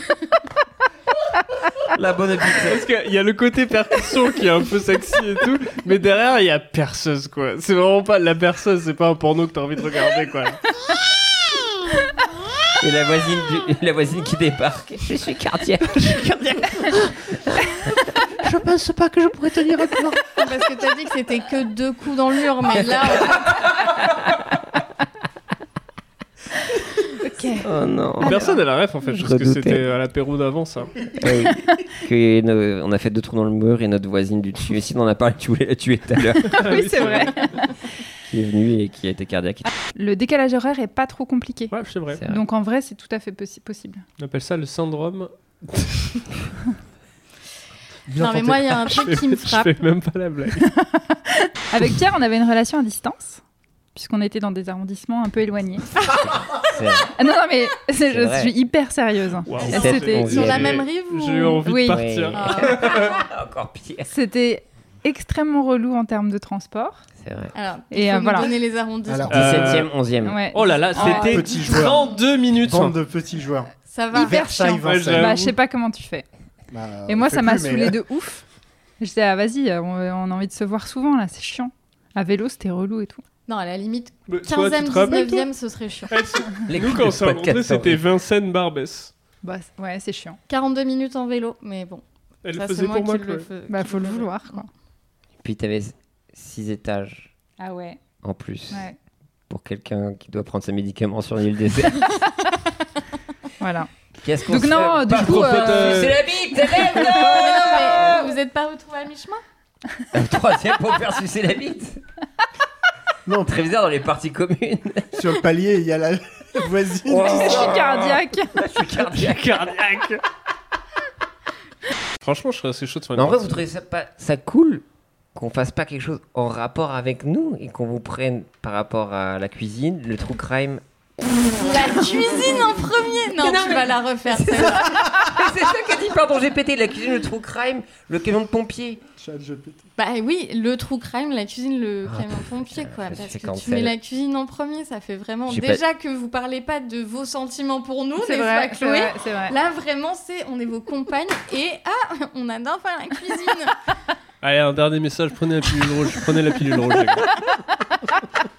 La bonne bite. Parce qu'il y a le côté percussion qui est un peu sexy et tout, mais derrière il y a perceuse quoi. C'est vraiment pas la perceuse, c'est pas un porno que t'as envie de regarder quoi. Et la voisine, du- la voisine qui débarque. Je suis cardiaque. Je suis cardiaque. Je pense pas que je pourrais tenir un plan. Parce que t'as dit que c'était que deux coups dans le mur, mais là, Ok. Oh non. Personne n'a la ref en fait, Je parce que redoutais. c'était à l'apéro d'avant ça. Ah oui. Que no- on a fait deux trous dans le mur et notre voisine du dessus. Et si on en a parlé, tu voulais la tuer tout à l'heure. Oui, c'est vrai. Qui est venue et qui a été cardiaque. Le décalage horaire est pas trop compliqué. Ouais, c'est vrai. C'est vrai. Donc en vrai, c'est tout à fait possi- possible. On appelle ça le syndrome. Bien non, mais tenté. moi, il y a un Je truc fais, qui me je frappe. fais même pas la blague. Avec Pierre, on avait une relation à distance, puisqu'on était dans des arrondissements un peu éloignés. C'est Ah non, non, mais c'est- C'est je vrai. suis hyper sérieuse. Waouh. dix-sept, C'était- onzième. Sur la même rive ou... J'ai eu envie Oui. de partir. Ah. Encore pire. C'était extrêmement relou en termes de transport. C'est vrai. Alors, Et, il faut euh, nous voilà. donner les arrondissements. Alors, dix-septième, onzième. Ouais. Oh là là, Ah, c'était petit joueur. trente-deux minutes. Bande de petits joueurs. Ça va. Hyper Versailles, chiant. Vincennes. Ouais, Bah, je sais pas comment tu fais. Bah, Et on moi, fait ça m'a plus, mais, saoulé euh, de ouf. J'étais, ah, vas-y, on, on a envie de se voir souvent là, c'est chiant. À vélo, c'était relou et tout. Non, à la limite, Mais toi, tu quinzième, te rappelles, toi dix-neuvième, ce serait chiant. Eh, c'est- Les Nous, coups quand de on s'est rencontrés, podcast, c'était horrible. Vincennes-Barbès. Bah, c- ouais, c'est chiant. quarante-deux minutes en vélo, mais bon. Elle ça, le c'est faisait pour moi, qui le Chloé. fais- Bah, qui faut le le fais. vouloir, quoi. Puis t'avais six étages Ah ouais, en plus ouais. pour quelqu'un qui doit prendre ses médicaments sur l'île déserte. Voilà. Qu'est-ce qu'on Donc se non, fait du Pas coup, trop euh, fait, euh, C'est la bite, c'est Mais non, la mais vous êtes pas retrouvés à mi-chemin? Le troisième pour faire sucer la bite. Non, Très bizarre dans les parties communes. sur le palier, il y a la voisine. Oh. Je suis cardiaque. Je suis cardiaque. Cardiaque. Franchement, je serais assez chaud de faire une Mais en vrai, partie. vous trouvez ça, pas, ça cool qu'on fasse pas quelque chose en rapport avec nous et qu'on vous prenne par rapport à la cuisine, le true crime. La cuisine en premier. Non, Mais non, tu mais- vas la refaire. celle-là. C'est ça qu'a dit, pardon, j'ai pété. La cuisine, le true crime, le camion de pompier. Chat, je pète. Bah oui, le true crime, la cuisine, le Ah, camion pompier, putain, quoi. je me Parce suis que fait tu cancel. mets la cuisine en premier, ça fait vraiment. J'ai Déjà que vous parlez pas de vos sentiments pour nous, C'est n'est-ce vrai, pas, c'est Chloé? vrai, c'est vrai. Là, vraiment, c'est on est vos compagnes et ah, on adore faire la cuisine. Allez, un dernier message, prenez la pilule rouge. Prenez la pilule rouge, les gars.